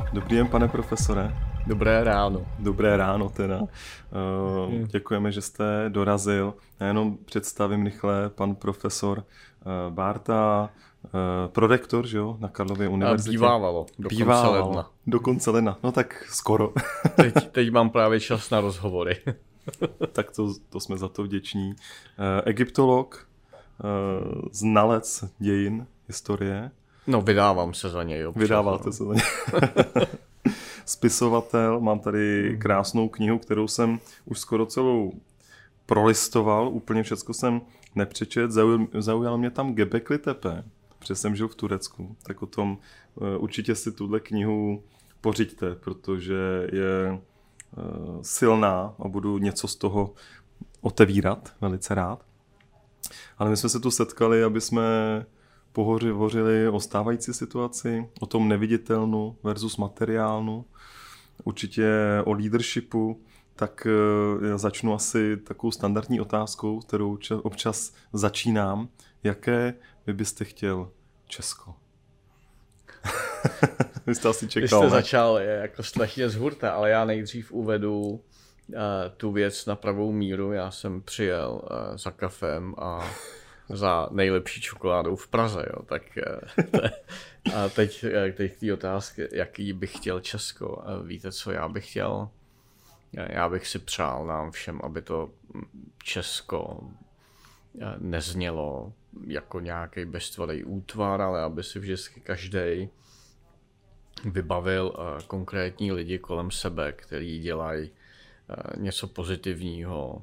Dobrý den, pane profesore. Dobré ráno. Dobré ráno teda. Děkujeme, že jste dorazil. Já jenom představím rychle pan profesor Bárta, prorektor, že jo, na Karlově univerzitě. Bývávalo, do konce ledna. No tak skoro. Teď mám právě čas na rozhovory. Tak to jsme za to vděční. Egyptolog, znalec dějin, historie. No, vydávám se za něj. Vydáváte se za něj. Spisovatel, mám tady krásnou knihu, kterou jsem už skoro celou prolistoval, úplně všecko jsem nepřečet, zaujal mě tam Göbekli Tepe, protože jsem žil v Turecku, tak o tom určitě si tuhle knihu pořiďte, protože je silná a budu něco z toho otevírat velice rád. Ale my jsme se tu setkali, aby jsme pohořili o stávající situaci, o tom neviditelnu versus materiálnu, určitě o leadershipu, tak já začnu asi takovou standardní otázkou, kterou občas začínám. Jaké vy byste chtěl Česko? Vy jste asi čekal, Vy jste začal jako strašně z hurta, ale já nejdřív uvedu tu věc na pravou míru. Já jsem přijel za kafem a za nejlepší čokoládou v Praze, jo. Tak a teď k té otázky, jaký bych chtěl Česko. Víte, co já bych chtěl? Já bych si přál nám všem, aby to Česko neznělo jako nějaký beztvarý útvar, ale aby si vždycky každý vybavil konkrétní lidi kolem sebe, kteří dělají něco pozitivního,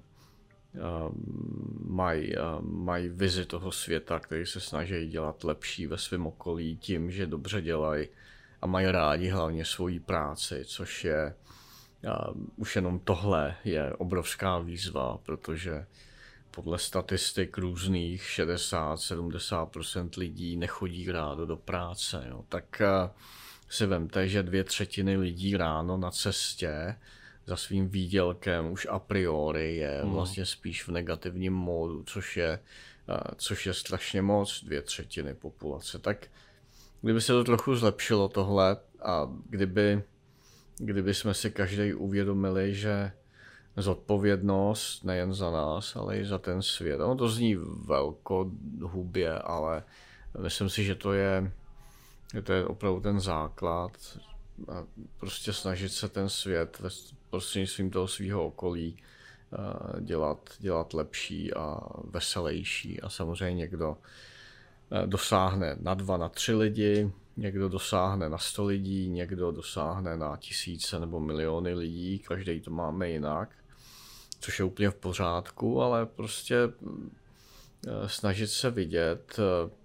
mají vizi toho světa, který se snaží dělat lepší ve svém okolí tím, že dobře dělají a mají rádi hlavně svoji práci, což je už jenom tohle je obrovská výzva, protože podle statistik různých 60-70% lidí nechodí rádo do práce. Jo. Tak si vemte, že 2/3 lidí ráno na cestě za svým výdělkem už a priori je vlastně spíš v negativním módu, což je strašně moc, 2/3 populace. Tak kdyby se to trochu zlepšilo tohle a kdyby jsme si každý uvědomili, že zodpovědnost nejen za nás, ale i za ten svět. No, to zní velkohubě, ale myslím si, že to je opravdu ten základ. A prostě snažit se ten svět prostřednictvím toho svého okolí dělat lepší a veselější. A samozřejmě někdo dosáhne na 2, na 3 lidi, někdo dosáhne na 100 lidí, někdo dosáhne na tisíce nebo miliony lidí, každý to máme jinak, což je úplně v pořádku, ale prostě snažit se vidět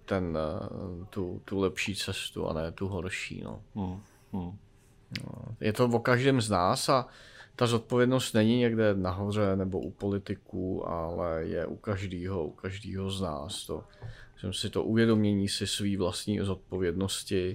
tu lepší cestu a ne tu horší. No. Je to o každém z nás a ta zodpovědnost není někde nahoře nebo u politiků, ale je u každého z nás. Myslím si, to uvědomění si své vlastní zodpovědnosti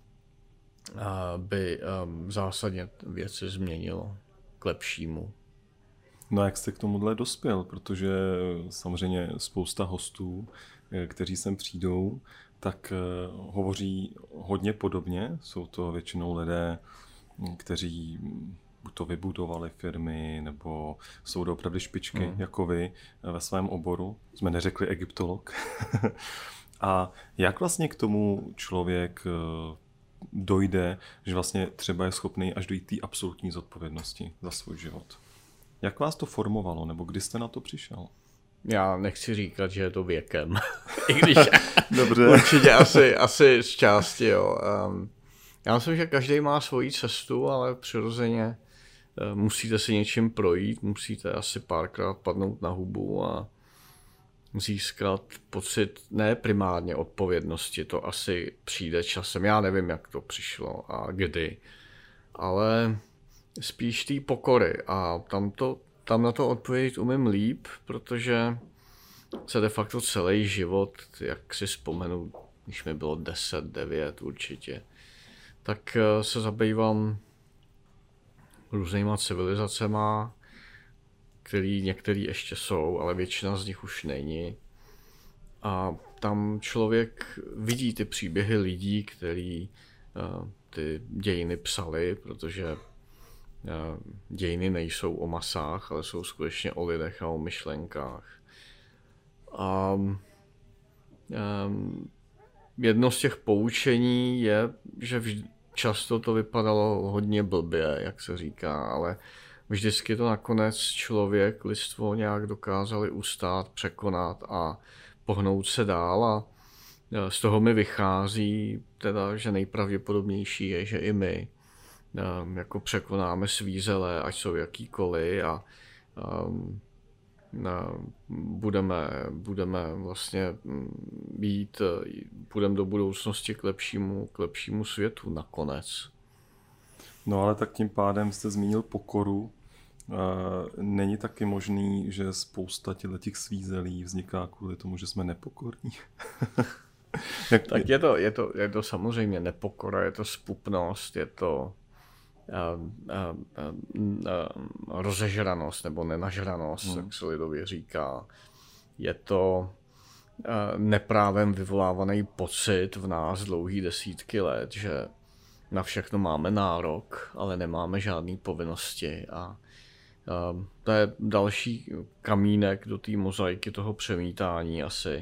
by zásadně věci změnilo k lepšímu. No a jak jste k tomuhle dospěl? Protože samozřejmě spousta hostů, kteří sem přijdou, tak hovoří hodně podobně. Jsou to většinou lidé, kteří buď to vybudovali firmy, nebo jsou opravdu špičky, jako vy, ve svém oboru. Jsme neřekli egyptolog. A jak vlastně k tomu člověk dojde, že vlastně třeba je schopný až dojít té absolutní zodpovědnosti za svůj život? Jak vás to formovalo, nebo kdy jste na to přišel? Já nechci říkat, že je to věkem, i když Dobře. Určitě asi z části, jo. Já myslím, že každý má svoji cestu, ale přirozeně musíte si něčím projít, musíte asi párkrát padnout na hubu a získat pocit ne primárně odpovědnosti, to asi přijde časem, já nevím, jak to přišlo a kdy, ale spíš té pokory a tam na to odpovědět umím líp, protože se de facto celý život, jak si vzpomenu, když mi bylo 10, 9 určitě, tak se zabývám různýma civilizacema, který některý ještě jsou, ale většina z nich už není. A tam člověk vidí ty příběhy lidí, kteří ty dějiny psali, protože dějiny nejsou o masách, ale jsou skutečně o lidech a o myšlenkách. A jedno z těch poučení je, že často to vypadalo hodně blbě, jak se říká, ale vždycky to nakonec člověk, lidstvo nějak dokázali ustát, překonat a pohnout se dál a z toho mi vychází teda, že nejpravděpodobnější je, že i my jako překonáme svízelé, ať jsou jakýkoliv a budeme vlastně půjdeme do budoucnosti k lepšímu světu nakonec. No ale tak tím pádem jste zmínil pokoru. Není taky možný, že spousta těch svízelí vzniká kvůli tomu, že jsme nepokorní? Tak je to samozřejmě nepokora, je to zpupnost, je to rozežranost nebo nenažranost, jak se lidově říká. Je to neprávem vyvolávaný pocit v nás dlouhý desítky let, že na všechno máme nárok, ale nemáme žádné povinnosti a to je další kamínek do té mozaiky toho přemítání asi,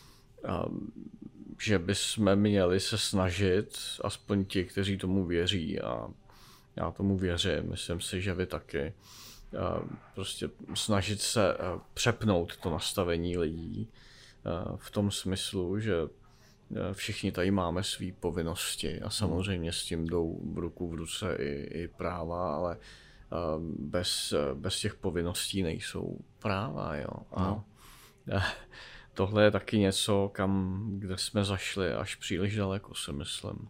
že bychom měli se snažit, aspoň ti, kteří tomu věří a já tomu věřím, myslím si, že vy taky, prostě snažit se přepnout to nastavení lidí v tom smyslu, že všichni tady máme své povinnosti a samozřejmě s tím jdou v ruku v ruce i práva, ale bez těch povinností nejsou práva. Jo. A tohle je taky něco, kde jsme zašli až příliš daleko, si myslím.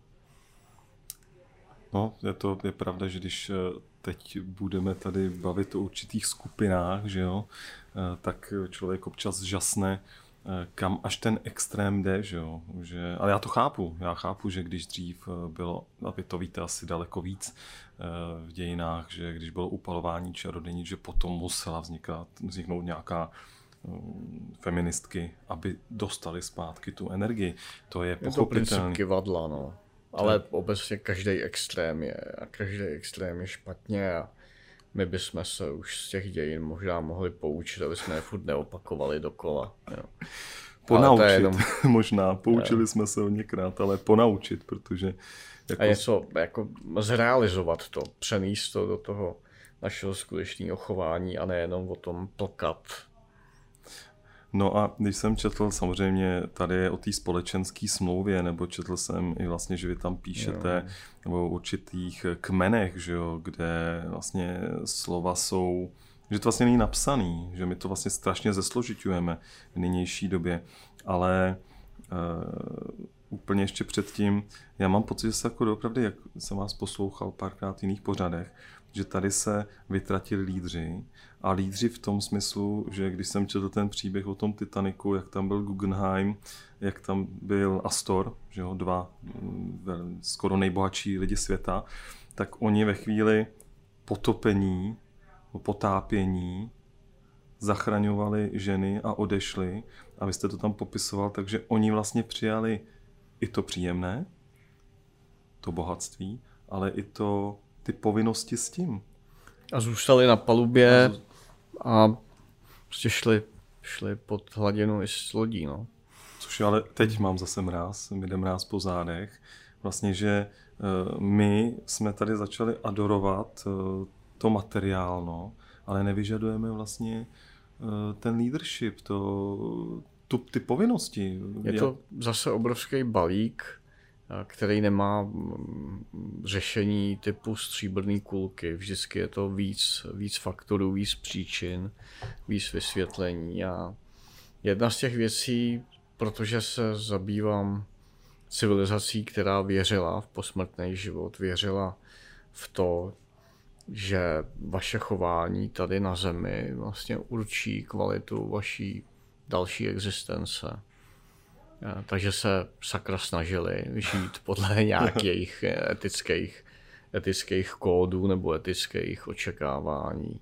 No, je pravda, že když teď budeme tady bavit o určitých skupinách, že jo, tak člověk občas žasne, kam až ten extrém jde, že jo. Ale já to chápu. Já chápu, že když dřív bylo, a vy to víte asi daleko víc v dějinách, že když bylo upalování čarodějnic, že potom musela vzniknout nějaká feministky, aby dostali zpátky tu energii. To je pochopitelné. Je to princip kyvadla, no. Ale obecně každý extrém je špatně a my bychom se už z těch dějin možná mohli poučit, aby jsme je furt neopakovali dokola. Jo. Ponaučit, možná. Poučili jsme se hodněkrát, ale ponaučit, protože... A něco jako zrealizovat to, přenést to do toho našeho skutečného chování a nejenom o tom plkat. No a když jsem četl samozřejmě tady o té společenské smlouvě, nebo četl jsem i vlastně, že vy tam píšete o určitých kmenech, že jo, kde vlastně slova jsou, že to vlastně není napsaný, že my to vlastně strašně zesložiťujeme v nynější době, ale úplně ještě předtím, já mám pocit, že se jako opravdu, jak jsem vás poslouchal párkrát v jiných pořadech, že tady se vytratili lídři a lídři v tom smyslu, že když jsem četl ten příběh o tom Titaniku, jak tam byl Guggenheim, jak tam byl Astor, že jo, dva skoro nejbohatší lidi světa, tak oni ve chvíli potopení, potápění zachraňovali ženy a odešli a vy jste to tam popisoval, takže oni vlastně přijali i to příjemné, to bohatství, ale i ty povinnosti s tím. A zůstali na palubě a prostě šli pod hladinu i s lodí, no. Což ale teď mám zase mráz, mi jde mráz po zádech. Vlastně, že my jsme tady začali adorovat to materiálno, ale nevyžadujeme vlastně ten leadership, ty povinnosti. Je to zase obrovský balík, který nemá řešení typu stříbrné kulky. Vždycky je to víc faktorů, víc příčin, víc vysvětlení. A jedna z těch věcí, protože se zabývám civilizací, která věřila v posmrtný život, věřila v to, že vaše chování tady na Zemi vlastně určí kvalitu vaší další existence. Takže se sakra snažili žít podle nějakých etických kódů nebo etických očekávání.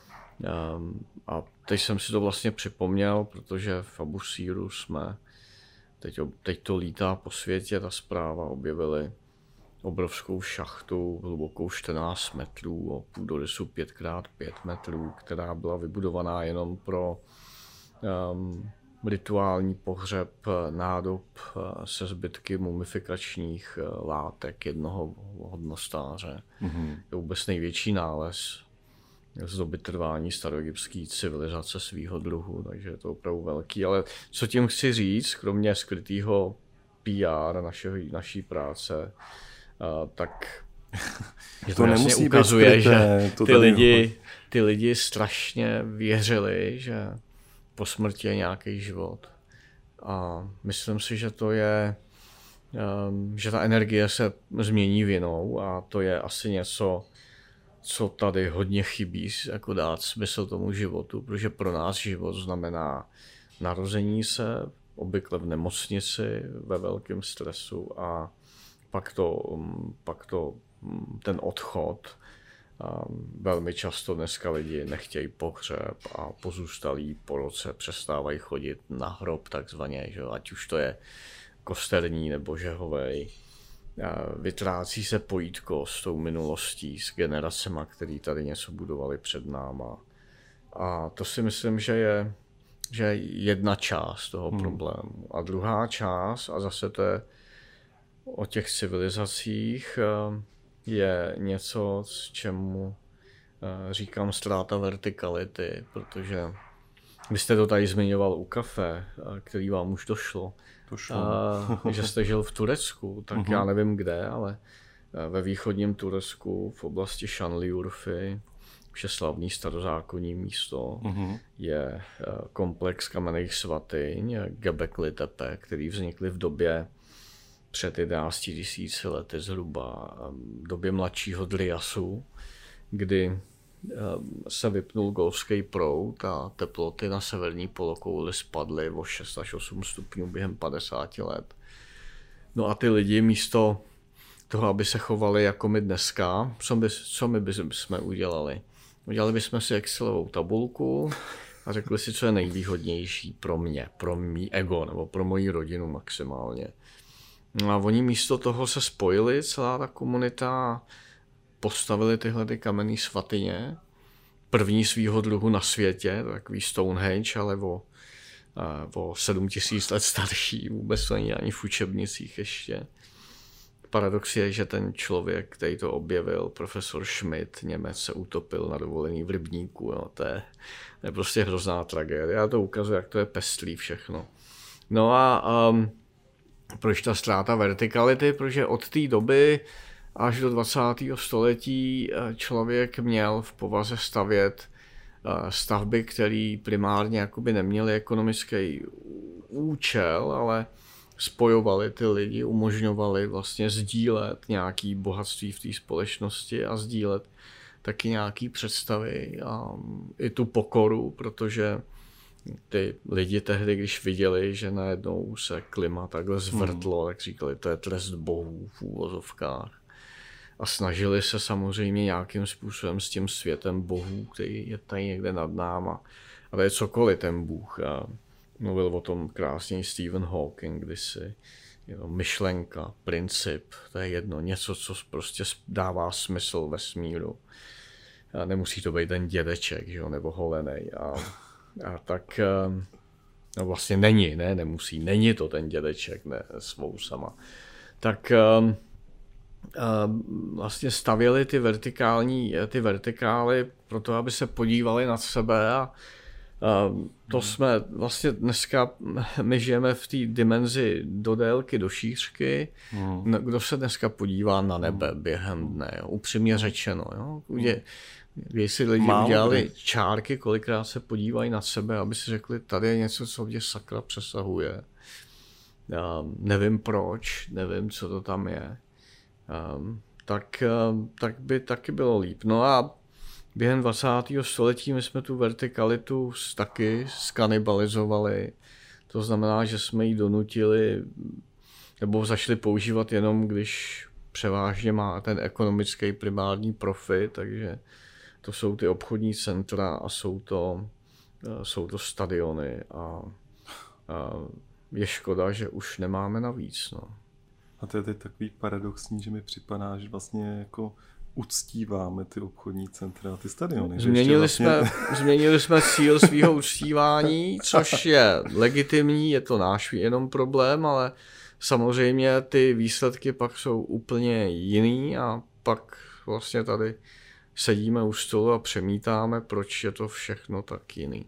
A teď jsem si to vlastně připomněl, protože v Abu Síru jsme, teď to lítá po světě, ta zpráva, objevili obrovskou šachtu hlubokou 14 metrů o půdorysu 5x5 metrů, která byla vybudovaná jenom pro rituální pohřeb nádob se zbytky mumifikačních látek jednoho hodnostáře. Je vůbec největší nález z doby trvání staroegyptské civilizace svýho druhu, takže je to opravdu velký. Ale co tím chci říct, kromě skrytého PR naší práce, tak že to vlastně ukazuje, že ty lidi strašně věřili, že po smrti je nějaký život. A myslím si, že to je, že ta energie se změní v jinou a to je asi něco, co tady hodně chybí, jako dát smysl tomu životu, protože pro nás život znamená narození se, obvykle v nemocnici, ve velkém stresu a pak to ten odchod. Velmi často dneska lidi nechtějí pohřeb a pozůstalí po roce přestávají chodit na hrob takzvaně, že? Ať už to je kosterní nebo žehovej. Vytrácí se pojítko s tou minulostí, s generacema, který tady něco budovali před náma. A to si myslím, že je jedna část toho problému. A druhá část, a zase to je o těch civilizacích, je něco, čemu říkám ztráta vertikality, protože vy jste to tady zmiňoval u kafe, který vám už došlo. Že jste žil v Turecku, tak já nevím kde, ale ve východním Turecku v oblasti Şanlıurfy, už je slavný starozákonní místo, je komplex kamenných svatyň Göbekli Tepe, který vznikly v době před 11 000 lety zhruba, v době mladšího Driasu, kdy se vypnul golfský proud a teploty na severní polokouli spadly o 6 až 8 stupňů během 50 let. No a ty lidi místo toho, aby se chovali jako my dneska, co my bychom udělali? Udělali bychom si Excelovou tabulku a řekli si, co je nejvýhodnější pro mě, pro mý ego nebo pro moji rodinu maximálně. No a oni místo toho se spojili, celá ta komunita, postavili tyhle ty kamenné svatyně, první svýho druhu na světě, takový Stonehenge, ale o 7000 let starší, vůbec to není ani v učebnicích ještě. Paradox je, že ten člověk, který to objevil, profesor Schmidt, Němec, se utopil na dovolený v rybníku. Jo. To je prostě hrozná tragédie. Já to ukazuji, jak to je pestrý všechno. No a proč ta ztráta vertikality? Protože od té doby až do 20. století člověk měl v povaze stavět stavby, které primárně jakoby neměly ekonomický účel, ale spojovali ty lidi, umožňovali vlastně sdílet nějaké bohatství v té společnosti a sdílet taky nějaké představy a i tu pokoru, protože ty lidi tehdy, když viděli, že najednou se klima takhle zvrtlo, tak říkali, to je trest bohů v úvozovkách. A snažili se samozřejmě nějakým způsobem s tím světem bohů, který je tady někde nad náma. A to je cokoliv ten bůh. A mluvil o tom krásně Stephen Hawking kdysi. Myšlenka, princip, to je jedno, něco, co prostě dává smysl vesmíru. A nemusí to být ten dědeček, že jo, nebo holenej. A tak no vlastně nemusí to ten dědeček, ne svou sama. Tak vlastně stavěli ty vertikály pro to, aby se podívali nad sebe a to jsme vlastně dneska, my žijeme v té dimenzi do délky, do šířky. Kdo se dneska podívá na nebe během dne, jo? Upřímně řečeno. Jo? Když si lidi udělali čárky, kolikrát se podívají na sebe, aby si řekli, tady je něco, co mě sakra přesahuje. Nevím proč, nevím, co to tam je. Tak by taky bylo líp. No a během 20. století my jsme tu vertikalitu taky skanibalizovali. To znamená, že jsme ji donutili nebo začali používat jenom, když převážně má ten ekonomický primární profit, takže to jsou ty obchodní centra a jsou to stadiony a je škoda, že už nemáme navíc. No. A to je teď takový paradoxní, že mi připadá, že vlastně jako uctíváme ty obchodní centra a ty stadiony. Změnili jsme cíl svého uctívání, což je legitimní, je to náš jenom problém, ale samozřejmě ty výsledky pak jsou úplně jiný a pak vlastně tady sedíme u stolu a přemítáme, proč je to všechno tak jiný.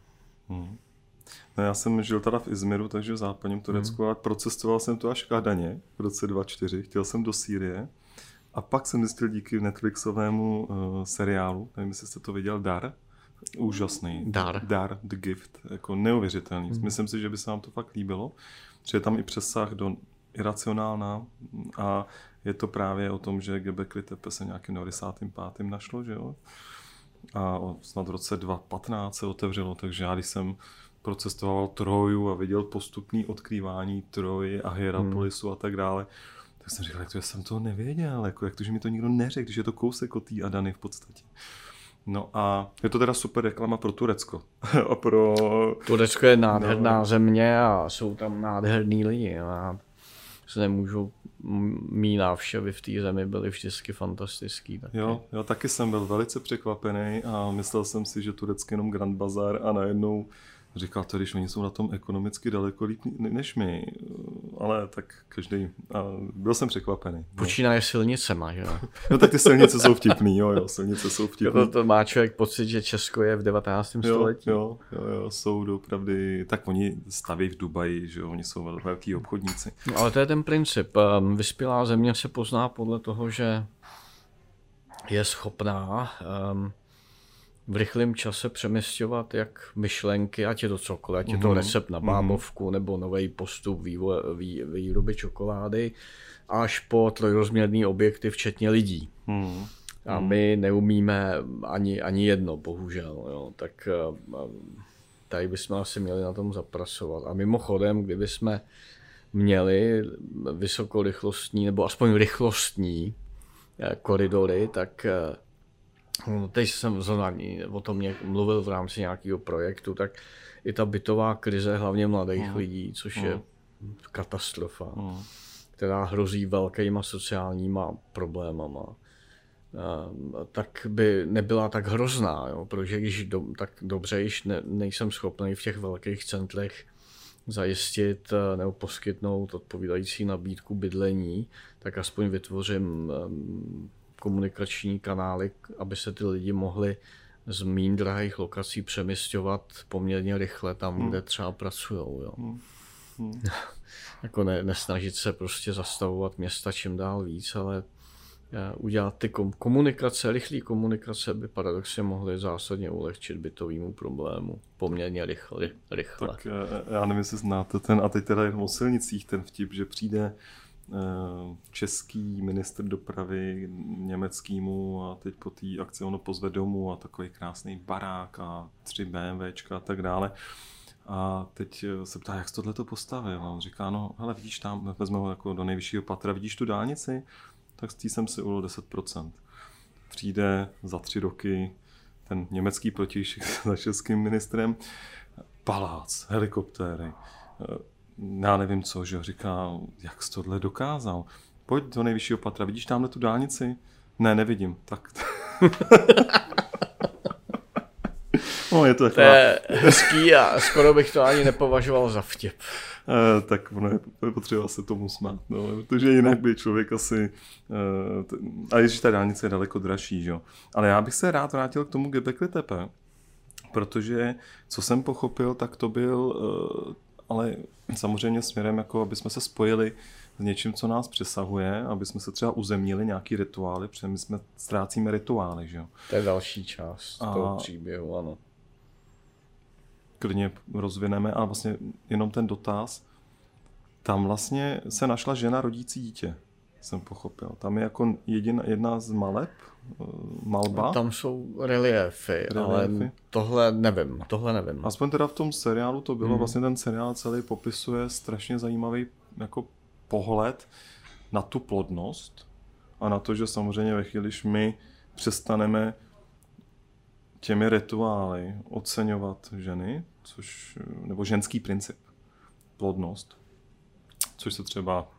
No já jsem žil teda v Izmiru, takže v západním Turecku, ale procestoval jsem to až k Adaně v roce 2004. Chtěl jsem do Sýrie a pak jsem zjistil díky Netflixovému seriálu, nevím, jestli jste to viděl, Dar. Úžasný. Dar, The Gift, jako neuvěřitelný. Myslím si, že by se vám to fakt líbilo, že je tam i přesah do iracionálna a je to právě o tom, že Göbekli Tepe se nějakým 95. našlo, že jo? A snad v roce 2015 se otevřelo, takže já když jsem procestoval Troju a viděl postupný odkrývání Troji a Hierapolisu a tak dále, tak jsem říkal, jak to jsem toho nevěděl, jako, jak to, že mi to nikdo neřekl, když je to kousek od té Adany v podstatě. No a je to teda super reklama pro Turecko. A pro... Turecko je nádherná země a jsou tam nádherný lidi. A se nemůžu, mý návštěvy v té zemi byly vždycky fantastický. Taky. Jo, taky jsem byl velice překvapený a myslel jsem si, že Turecko je jenom Grand Bazar a najednou říkal to, když oni jsou na tom ekonomicky daleko líp než my, ale tak každý, byl jsem překvapený. Počínaje silnicema, že jo? No tak ty silnice jsou vtipný, jo, silnice jsou vtipný. To má člověk pocit, že Česko je v 19. století. Jo, jsou doopravdy, tak oni staví v Dubaji, že jo, oni jsou velký obchodníci. No, ale to je ten princip. Vyspělá země se pozná podle toho, že je schopná v rychlém čase přeměstňovat jak myšlenky, ať je to cokoliv, ať je to recept na bábovku nebo nový postup výroby čokolády, až po trojrozměrný objekty, včetně lidí. A my neumíme ani jedno, bohužel. Jo. Tak tady bychom asi měli na tom zapracovat. A mimochodem, kdybychom měli vysokorychlostní nebo aspoň rychlostní koridory, tak teď jsem o tom mluvil v rámci nějakého projektu, tak i ta bytová krize hlavně mladých lidí, což je katastrofa, která hrozí velkýma sociálníma problémama, tak by nebyla tak hrozná, jo? Protože když tak dobře již nejsem schopný v těch velkých centrech zajistit nebo poskytnout odpovídající nabídku bydlení, tak aspoň vytvořím komunikační kanály, aby se ty lidi mohli z méně drahých lokací přeměstňovat poměrně rychle tam, kde třeba pracujou. Jo. Jako nesnažit se prostě zastavovat města čím dál víc, ale udělat ty komunikace, rychlé komunikace by paradoxně mohly zásadně ulehčit bytovému problému poměrně rychle. Tak já nevím, jestli znáte ten, a teď teda jenom o silnicích ten vtip, že přijde český ministr dopravy německýmu a teď po té akci ono pozve domů a takový krásný barák a 3 BMWčka a tak dále. A teď se ptá, jak jsi tohleto postavil. A on říká, no hele, vidíš tam, vezme ho jako do nejvyššího patra, vidíš tu dálnici? Tak s tí jsem si ulil 10%. Přijde za 3 roky ten německý protějšek za českým ministrem, palác, helikoptéry, já nevím co, že říká, jak jsi tohle dokázal. Pojď do nejvyššího patra, vidíš tamhle tu dálnici? Ne, nevidím. Tak. No, je to taková... To je hezký a skoro bych to ani nepovažoval za vtip. Tak ono je potřeba se tomu smát, no, protože jinak by člověk asi... A ježiš, ta dálnice je daleko dražší, že jo. Ale já bych se rád vrátil k tomu Göbekli Tepe, protože co jsem pochopil, tak to byl... ale samozřejmě směrem, jako aby jsme se spojili s něčím, co nás přesahuje, aby jsme se třeba uzemnili nějaký rituály, protože my jsme ztrácíme rituály, že jo. To je další část toho příběhu, ano. Klidně rozvineme, ale vlastně jenom ten dotaz. Tam vlastně se našla žena rodící dítě, jsem pochopil. Tam je jako jedna z maleb, malba. Tam jsou reliéfy, ale tohle nevím. Aspoň teda v tom seriálu to bylo, vlastně ten seriál celý popisuje strašně zajímavý jako pohled na tu plodnost a na to, že samozřejmě ve chvíli, když my přestaneme těmi rituály oceňovat ženy, nebo ženský princip, plodnost, což se třeba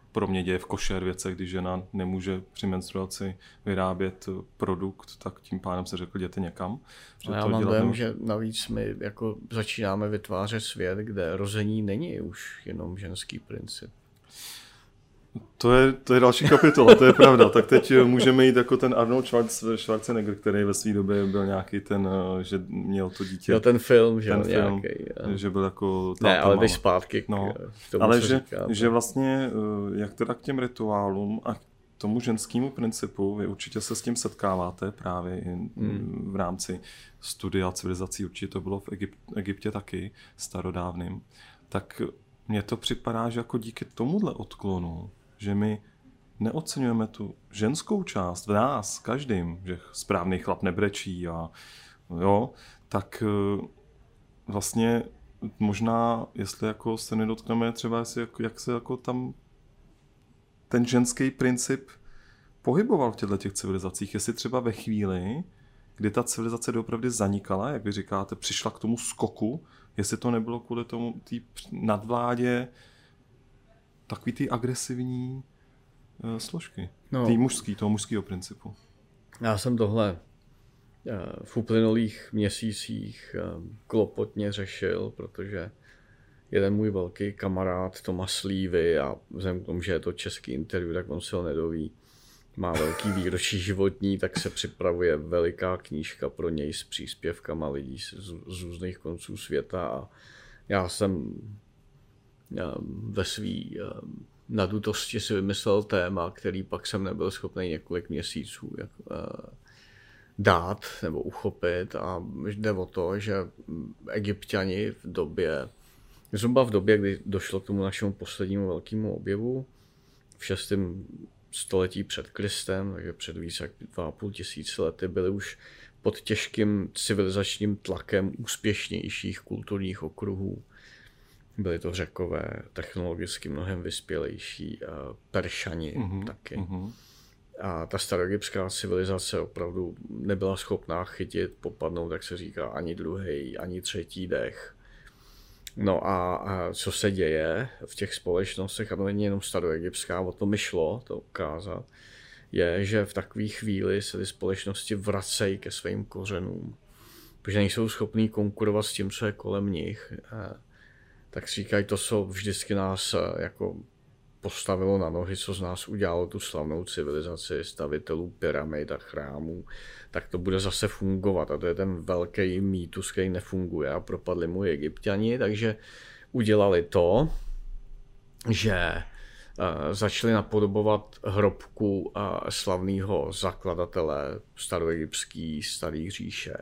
pro mě děje v košer věcech, když žena nemůže při menstruaci vyrábět produkt, tak tím pádem se řekl, jděte někam. A já mám dojem, že navíc my jako začínáme vytvářet svět, kde rození není už jenom ženský princip. To je další kapitola, to je pravda. Tak teď můžeme jít jako ten Arnold Schwarzenegger, který ve své době byl nějaký ten, že měl to dítě. Jo, ten film, že ten film, nějaký. Že byl jako... Ne, ale teď zpátky k tomu, ale co že vlastně, jak teda k těm rituálům a k tomu ženskému principu, vy určitě se s tím setkáváte právě i v rámci studia civilizací, určitě to bylo v Egyptě taky, starodávným, tak mně to připadá, že jako díky tomuhle odklonu, že my neocenujeme tu ženskou část v nás, každým, že správný chlap nebrečí a jo, tak vlastně možná, jestli jako se nedotkneme třeba, jak se jako tam ten ženský princip pohyboval v těchto civilizacích, jestli třeba ve chvíli, kdy ta civilizace doopravdy zanikala, jak vy říkáte, přišla k tomu skoku, jestli to nebylo kvůli tomu té nadvládě takový ty agresivní složky, toho mužského principu. Já jsem tohle v uplynulých měsících klopotně řešil, protože jeden můj velký kamarád Tomas Levy, a vzhledem k tomu, že je to český interview, tak on se ho nedoví, má velký výročí životní, tak se připravuje veliká knížka pro něj s příspěvkama lidí z různých konců světa a já jsem ve svý nadutosti si vymyslel téma, který pak jsem nebyl schopný několik měsíců dát nebo uchopit, a jde o to, že Egypťani zhruba v době, kdy došlo k tomu našemu poslednímu velkému objevu v 6. století před Kristem, takže před více jak 2,5 tisíce lety, byli už pod těžkým civilizačním tlakem úspěšnějších kulturních okruhů. Byli to Řekové, technologicky mnohem vyspělejší, Peršani taky. A ta staroegyptská civilizace opravdu nebyla schopná chytit, popadnout, tak se říká, ani druhý, ani třetí dech. No a co se děje v těch společnostech, a to není jenom staroegyptská, o to mi šlo to ukázat, je, že v takové chvíli se ty společnosti vracejí ke svým kořenům, protože nejsou schopní konkurovat s tím, co je kolem nich. Tak říkají, to, co vždycky nás jako postavilo na nohy, co z nás udělalo tu slavnou civilizaci stavitelů pyramid a chrámů, tak to bude zase fungovat. A to je ten velký mýtus, který nefunguje, a propadli mu Egypťani, takže udělali to, že začali napodobovat hrobku slavného zakladatele staroegyptský starý říše,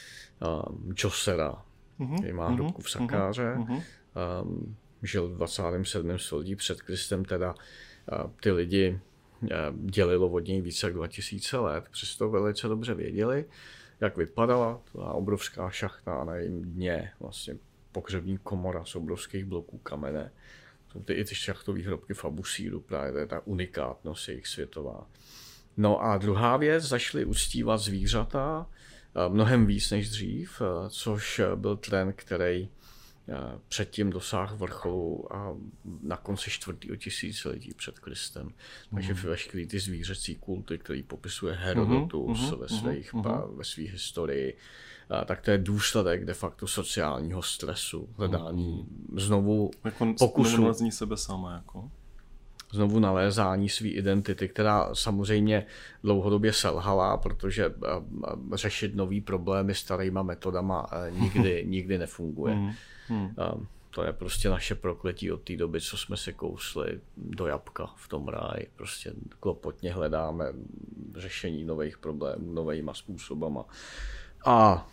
Džosera, který má hrobku v Sakáře. Žil v 27. století před Kristem, teda ty lidi dělilo od něj více jak 2000 let, přesto velice dobře věděli, jak vypadala ta obrovská šachta, a na jejím dně vlastně pohřební komora z obrovských bloků kamene. Jsou i ty šachtové hrobky v Abusíru, právě to je ta unikátnost jejich světová. No a druhá věc, začali uctívat zvířata mnohem víc než dřív, což byl trend, který předtím dosáhl vrcholu a na konci 4. tisíciletí před Kristem. Takže veškerý ty zvířecí kulty, který popisuje Herodotus ve své historii, tak to je důsledek de facto sociálního stresu, hledání znovu pokusu. Sebe sama, jako. Znovu nalézání své identity, která samozřejmě dlouhodobě selhala, protože řešit nový problémy starýma metodama nikdy nefunguje. To je prostě naše prokletí od té doby, co jsme se kousli do jabka v tom ráji. Prostě klopotně hledáme řešení nových problémů, novejma způsobama. A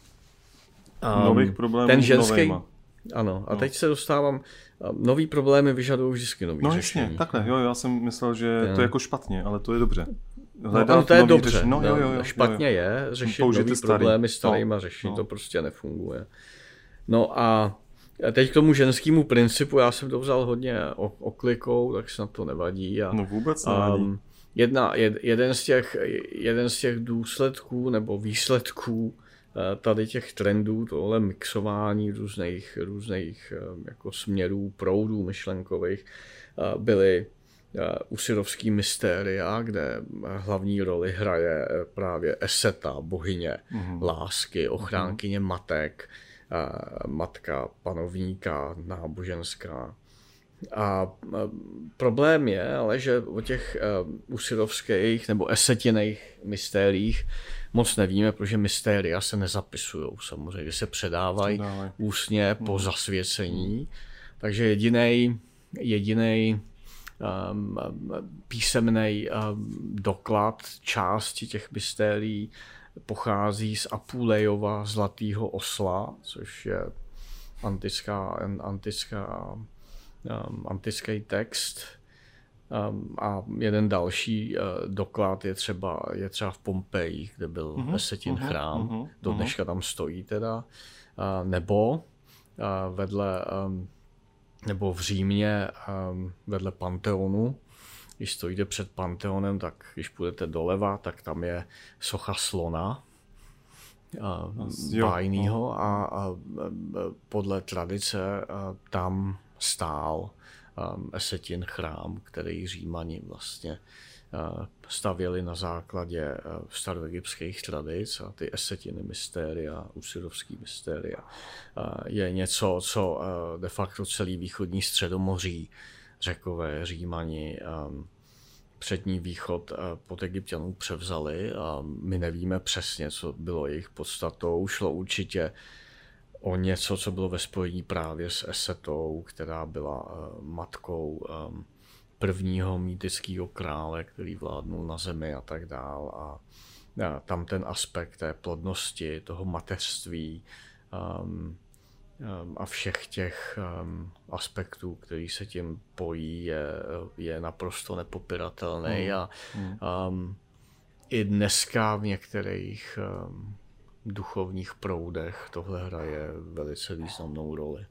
nových problémů ten ženský, novejma. Ano, a teď se dostávám, nový problémy vyžadují vždycky nový řešení. Jasně, takhle, jo, já jsem myslel, že to je jako špatně, ale to je dobře. No, to je dobře, špatně jo. Je řešit nový problémy starýma, řešení to prostě nefunguje. No a teď k tomu ženskému principu, já jsem to vzal hodně oklikou, tak snad to nevadí. No vůbec nevadí. Jeden z těch důsledků nebo výsledků tady těch trendů, tohle mixování různých jako směrů, proudů myšlenkových, byly usirovský mystéria, kde hlavní roli hraje právě Eseta, bohyně lásky, ochránkyně matek, matka panovníka náboženská. A problém je, ale že o těch usirovských nebo esetiných mystériích moc nevíme, protože mystéria se nezapisují samozřejmě, se předávají ústně po zasvěcení. Takže jediný písemný doklad části těch mystérií pochází z Apulejova Zlatýho osla, což je antický text. A jeden další doklad je třeba v Pompeji, kde byl Esetin chrám, do dneška tam stojí teda, nebo v Římě vedle Panteonu. Když stojíte před Panteonem, tak když půjdete doleva, tak tam je socha slona bájnýho a podle tradice tam stál Esetin chrám, který Římani vlastně stavěli na základě staroegyptských tradic, a ty Esetiny mystéria, usirovský mystéria je něco, co de facto celý východní středomoří, Řekové, Římani, přední východ pod Egypťanů převzali a my nevíme přesně, co bylo jejich podstatou. Šlo určitě o něco, co bylo ve spojení právě s Esetou, která byla matkou prvního mýtického krále, který vládnul na zemi a tak dál. A tam ten aspekt té plodnosti, toho mateřství a všech těch aspektů, který se tím pojí, je naprosto nepopiratelný. A i dneska v některých duchovních proudech tohle hraje velice významnou roli.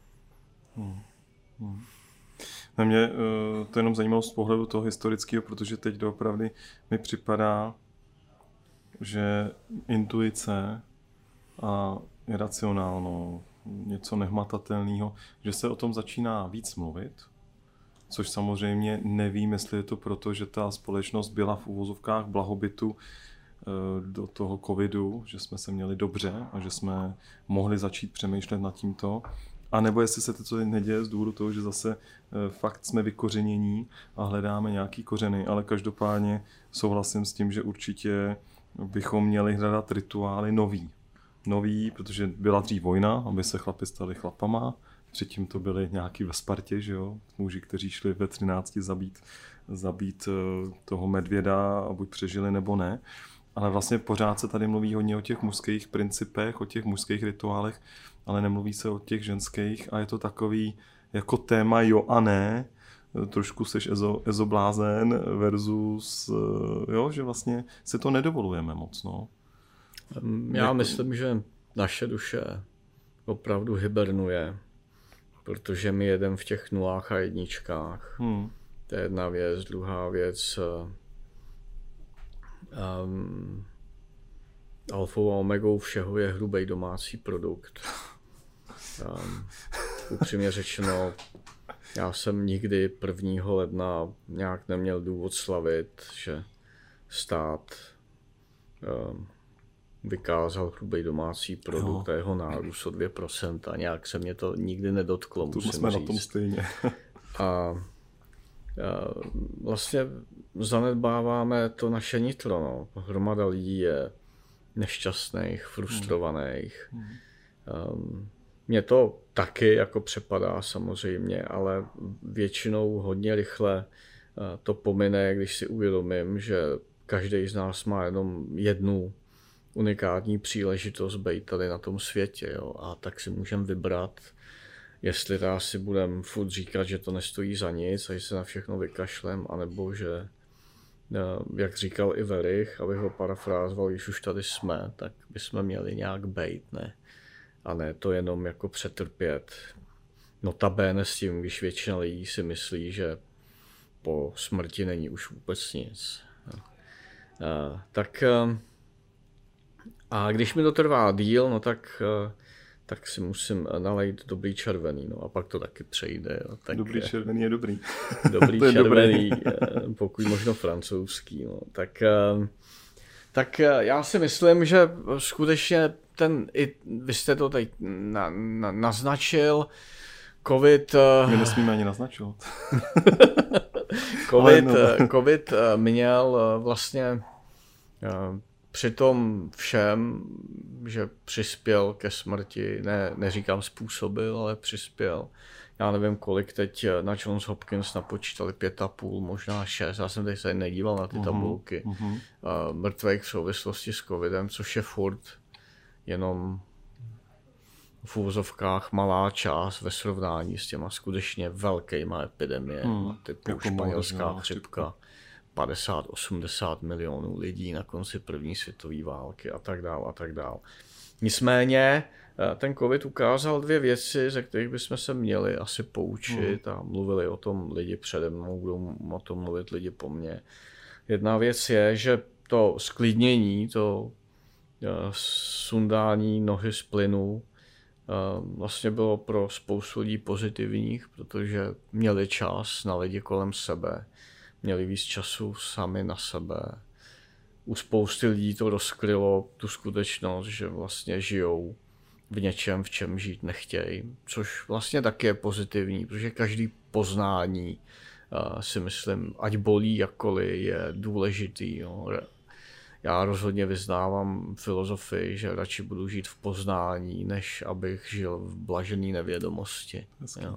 Na mě to jenom zajímalo z pohledu toho historického, protože teď doopravdy mi připadá, že intuice a iracionálno, něco nehmatatelného, že se o tom začíná víc mluvit, což samozřejmě nevím, jestli je to proto, že ta společnost byla v uvozovkách blahobytu do toho covidu, že jsme se měli dobře a že jsme mohli začít přemýšlet nad tímto, a nebo jestli se to neděje z důvodu toho, že zase fakt jsme vykořenění a hledáme nějaký kořeny, ale každopádně souhlasím s tím, že určitě bychom měli hledat rituály nový, protože byla dřív vojna, aby se chlapi stali chlapama, předtím to byli nějaký ve Spartě, že jo, muži, kteří šli ve 13 zabít toho medvěda a buď přežili nebo ne. Ale vlastně pořád se tady mluví hodně o těch mužských principech, o těch mužských rituálech, ale nemluví se o těch ženských a je to takový jako téma jo a ne, trošku seš ezoblázen versus, jo, že vlastně se to nedovolujeme moc, no. Já myslím, že naše duše opravdu hibernuje, protože my jedeme v těch nulách a jedničkách. To je jedna věc, druhá věc, alfou a omegou všeho je hrubý domácí produkt. Upřímně řečeno, já jsem nikdy 1. ledna nějak neměl důvod slavit, že stát vykázal hrubý domácí produkt a jeho nárůst o 2%. Nějak se mě to nikdy nedotklo, musím říct. Jsme na tom stejně. A vlastně zanedbáváme to naše nitro. No. Hromada lidí je nešťastných, frustrovaných. Mně to taky jako přepadá samozřejmě, ale většinou hodně rychle to pomine, když si uvědomím, že každý z nás má jenom jednu unikátní příležitost být tady na tom světě. Jo? A tak si můžeme vybrat, jestli teda si budeme furt říkat, že to nestojí za nic a že se na všechno vykašlem, anebo že, jak říkal i Verich, abych ho parafrázoval, když už tady jsme, tak bychom měli nějak bejt, ne? A ne to jenom jako přetrpět. Notabene s tím, když většina lidí si myslí, že po smrti není už vůbec nic. Tak a když mi to trvá díl, no tak tak si musím nalejt dobrý červený, no a pak to taky přejde. Jo. Tak, dobrý červený je dobrý. Dobrý červený, pokud možno francouzský. No. Tak já si myslím, že skutečně vy jste to teď naznačil, COVID... My nesmíme ani naznačovat. COVID měl vlastně při tom všem, že přispěl ke smrti, neříkám způsobil, ale přispěl. Já nevím, kolik teď na Johns Hopkins napočítali 5,5, možná 6, já jsem teď se nedíval na ty tabulky, mrtvých v souvislosti s covidem, což je furt jenom v úvozovkách malá část ve srovnání s těma skutečně velkýma epidemiemi, typu španělská chřipka, 50-80 milionů lidí na konci první světové války a tak dále. Nicméně ten covid ukázal dvě věci, ze kterých bychom se měli asi poučit a mluvili o tom lidi přede mnou, budou o tom mluvit lidi po mně. Jedna věc je, že to sklidnění, to sundání nohy z plynu vlastně bylo pro spoustu lidí pozitivních, protože měli čas na lidi kolem sebe, měli víc času sami na sebe. U spousty lidí to rozkrylo tu skutečnost, že vlastně žijou v něčem, v čem žít nechtějí, což vlastně taky je pozitivní, protože každý poznání si myslím, ať bolí jakkoliv, je důležitý. Jo. Já rozhodně vyznávám filozofii, že radši budu žít v poznání, než abych žil v blažené nevědomosti. Jo.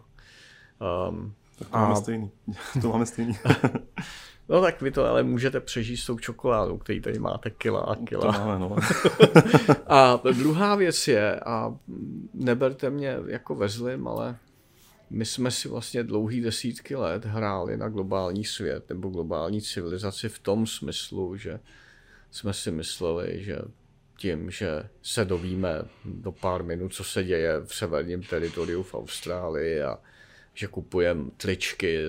Tak to máme stejný. To máme stejný. No tak vy to ale můžete přežít s tou čokoládou, který tady máte kila a kila. To máme, no. A druhá věc je, a neberte mě jako ve zlým, ale my jsme si vlastně dlouhý desítky let hráli na globální svět nebo globální civilizaci v tom smyslu, že jsme si mysleli, že tím, že se dovíme do pár minut, co se děje v severním teritoriu v Austrálii a že kupujeme trička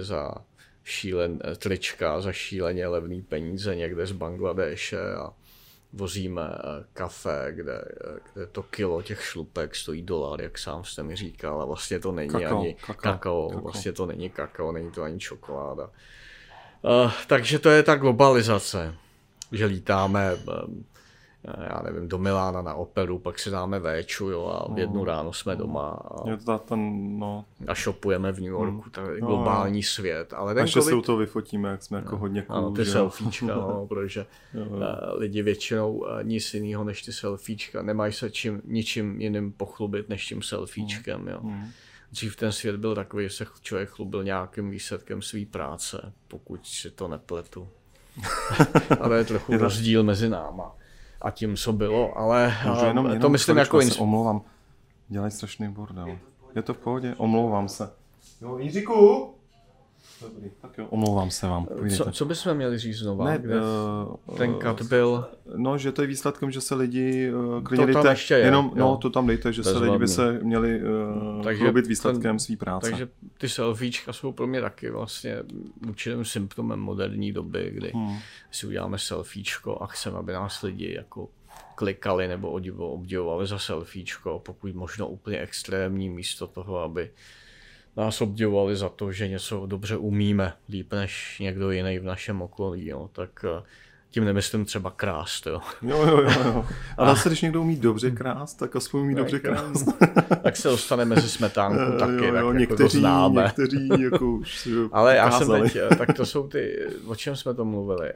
za šíleně levný peníze někde z Bangladéše a vozíme kafe, kde to kilo těch šlupek stojí $1, jak sám jste mi říkal, a vlastně to není ani kakao, vlastně to není kakao, není to ani čokoláda. Takže to je ta globalizace, že lítáme, já nevím, do Milána na operu, pak si dáme véču, jo, a v 1 ráno jsme doma a shopujeme v New Yorku, globální svět. Ale ještě se u toho vyfotíme, jak jsme jako hodně cool. Ano, ty selfiečka, no, protože lidi většinou nic jiného než ty selfiečka, nemají se ničím jiným pochlubit než tím selfiečkem. Jo. Dřív ten svět byl takový, že se člověk chlubil nějakým výsledkem své práce, pokud si to nepletu. Ale je trochu rozdíl mezi náma a tím, co bylo, ale jenom to myslím jako... Omlouvám, dělají strašný bordel. Je to v pohodě? Omlouvám se. Jo, Jiříku! Dobrý, tak jo, omlouvám se vám. Co bychom měli říct znovu? Ten cut byl... No, že to je výsledkem, že se lidi klidně dejte, jenom, no, to tam dejte, že se lidi by se měli chlubit výsledkem své práce. Takže ty selfiečka jsou pro mě taky vlastně určitým symptomem moderní doby, kdy si uděláme selfiečko a chceme, aby nás lidi jako klikali nebo obdivovali za selfiečko, pokud možno úplně extrémní, místo toho, aby nás obdivovali za to, že něco dobře umíme, líp než někdo jiný v našem okolí, jo. Tak tím nemyslím třeba krást. Jo. Jo. A zase, když někdo umí dobře krást, tak aspoň umí dobře krást. Tak se dostane mezi smetánku taky, tak někteří, jako to známe. Někteří jako už ale já jsem teď, tak to jsou ty, o čem jsme to mluvili.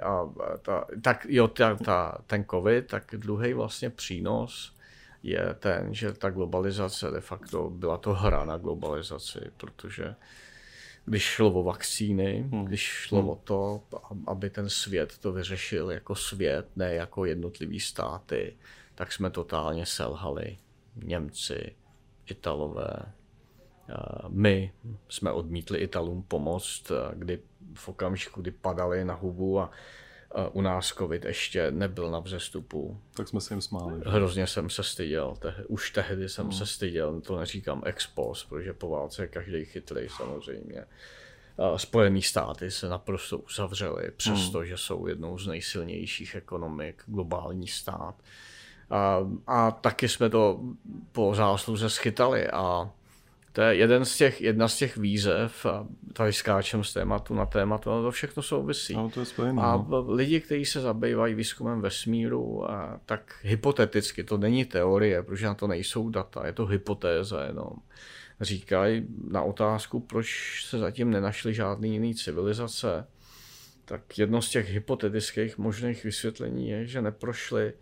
Ten covid, tak druhý vlastně přínos je ten, že ta globalizace de facto byla to hra na globalizaci, protože když šlo o vakcíny, když šlo o to, aby ten svět to vyřešil jako svět, ne jako jednotlivý státy, tak jsme totálně selhali. Němci, Italové. My jsme odmítli Italům pomoct, kdy v okamžiku, kdy padali na hubu a u nás covid ještě nebyl na vzestupu. Tak jsme se jim smáli. Hrozně jsem se styděl. Už tehdy jsem se styděl, to neříkám ex post, protože po válce je každý chytrý samozřejmě. Spojené státy se naprosto uzavřely, přestože jsou jednou z nejsilnějších ekonomik, globální stát. A taky jsme to po zásluze schytali a to je jedna z těch výzev, a tady skáčem z tématu na tématu, ale to všechno souvisí. No, to je spojený, a lidi, kteří se zabývají výzkumem vesmíru, tak hypoteticky, to není teorie, protože na to nejsou data, je to hypotéza jenom. Říkají na otázku, proč se zatím nenašly žádný jiný civilizace, tak jedno z těch hypotetických možných vysvětlení je, že neprošli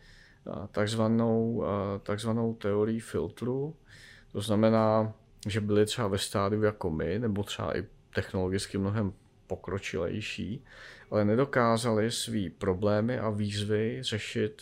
takzvanou teorii filtru. To znamená, že byli třeba ve stádiu jako my, nebo třeba i technologicky mnohem pokročilejší, ale nedokázali svý problémy a výzvy řešit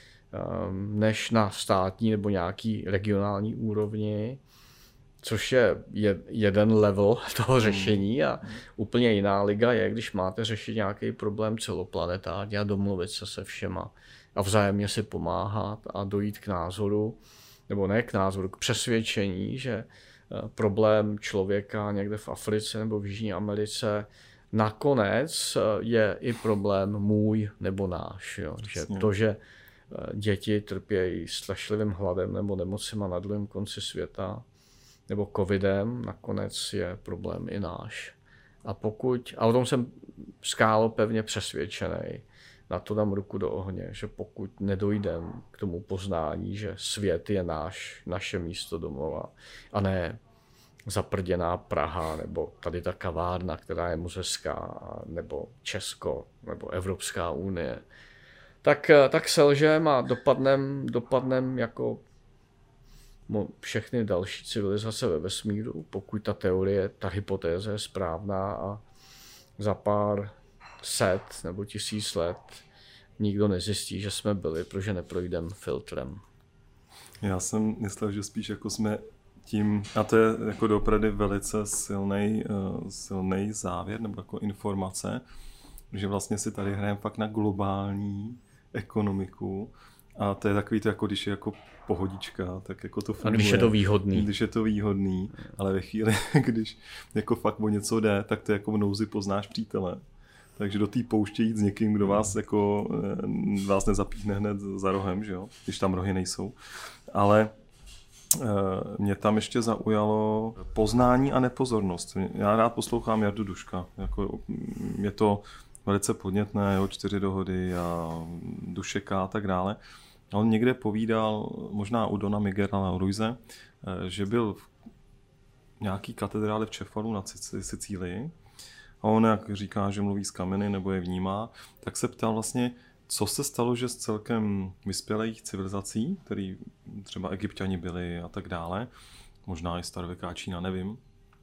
než na státní nebo nějaký regionální úrovni, což je jeden level toho řešení a úplně jiná liga je, když máte řešit nějaký problém celoplanetárně a domluvit se všema a vzájemně si pomáhat a dojít k názoru, nebo ne k názoru, k přesvědčení, že problém člověka někde v Africe nebo v Jižní Americe nakonec je i problém můj nebo náš. Jo? Že to, že děti trpějí strašlivým hladem nebo nemocima na druhém konci světa nebo covidem, nakonec je problém i náš. A o tom jsem skálopevně přesvědčený. Na to dám ruku do ohně, že pokud nedojdem k tomu poznání, že svět je naše místo domova a ne zaprděná Praha, nebo tady ta kavárna, která je muzejská, nebo Česko, nebo Evropská unie, tak selžem a dopadnem jako všechny další civilizace ve vesmíru, pokud ta hypotéza je správná a za pár set nebo 1000 let nikdo nezjistí, že jsme byli, protože neprojdeme filtrem. Já jsem myslel, že spíš jako jsme tím, a to je jako doopravdy velice silný závěr nebo jako informace, že vlastně si tady hrajeme fakt na globální ekonomiku a to je takový to, jako když je jako pohodička, tak jako to funguje. A když je to výhodný. Když je to výhodný, ale ve chvíli, když jako fakt o něco jde, tak to jako v nouzi poznáš přítele. Takže do té pouště jít s někým, kdo vás nezapíchne hned za rohem, že jo? Když tam rohy nejsou. Ale mě tam ještě zaujalo poznání a nepozornost. Já rád poslouchám Jardu Duška. Jako, je to velice podnětné, jeho 4 dohody a Dušeka a tak dále. A on někde povídal, možná u Dona Miguela Ruize, že byl v nějaký katedrále v Cefalu na Sicílii. A on, jak říká, že mluví s kameny nebo je vnímá, tak se ptal vlastně, co se stalo, že z celkem vyspělých civilizací, který třeba Egypťani byli a tak dále, možná i starověká Čína, nevím,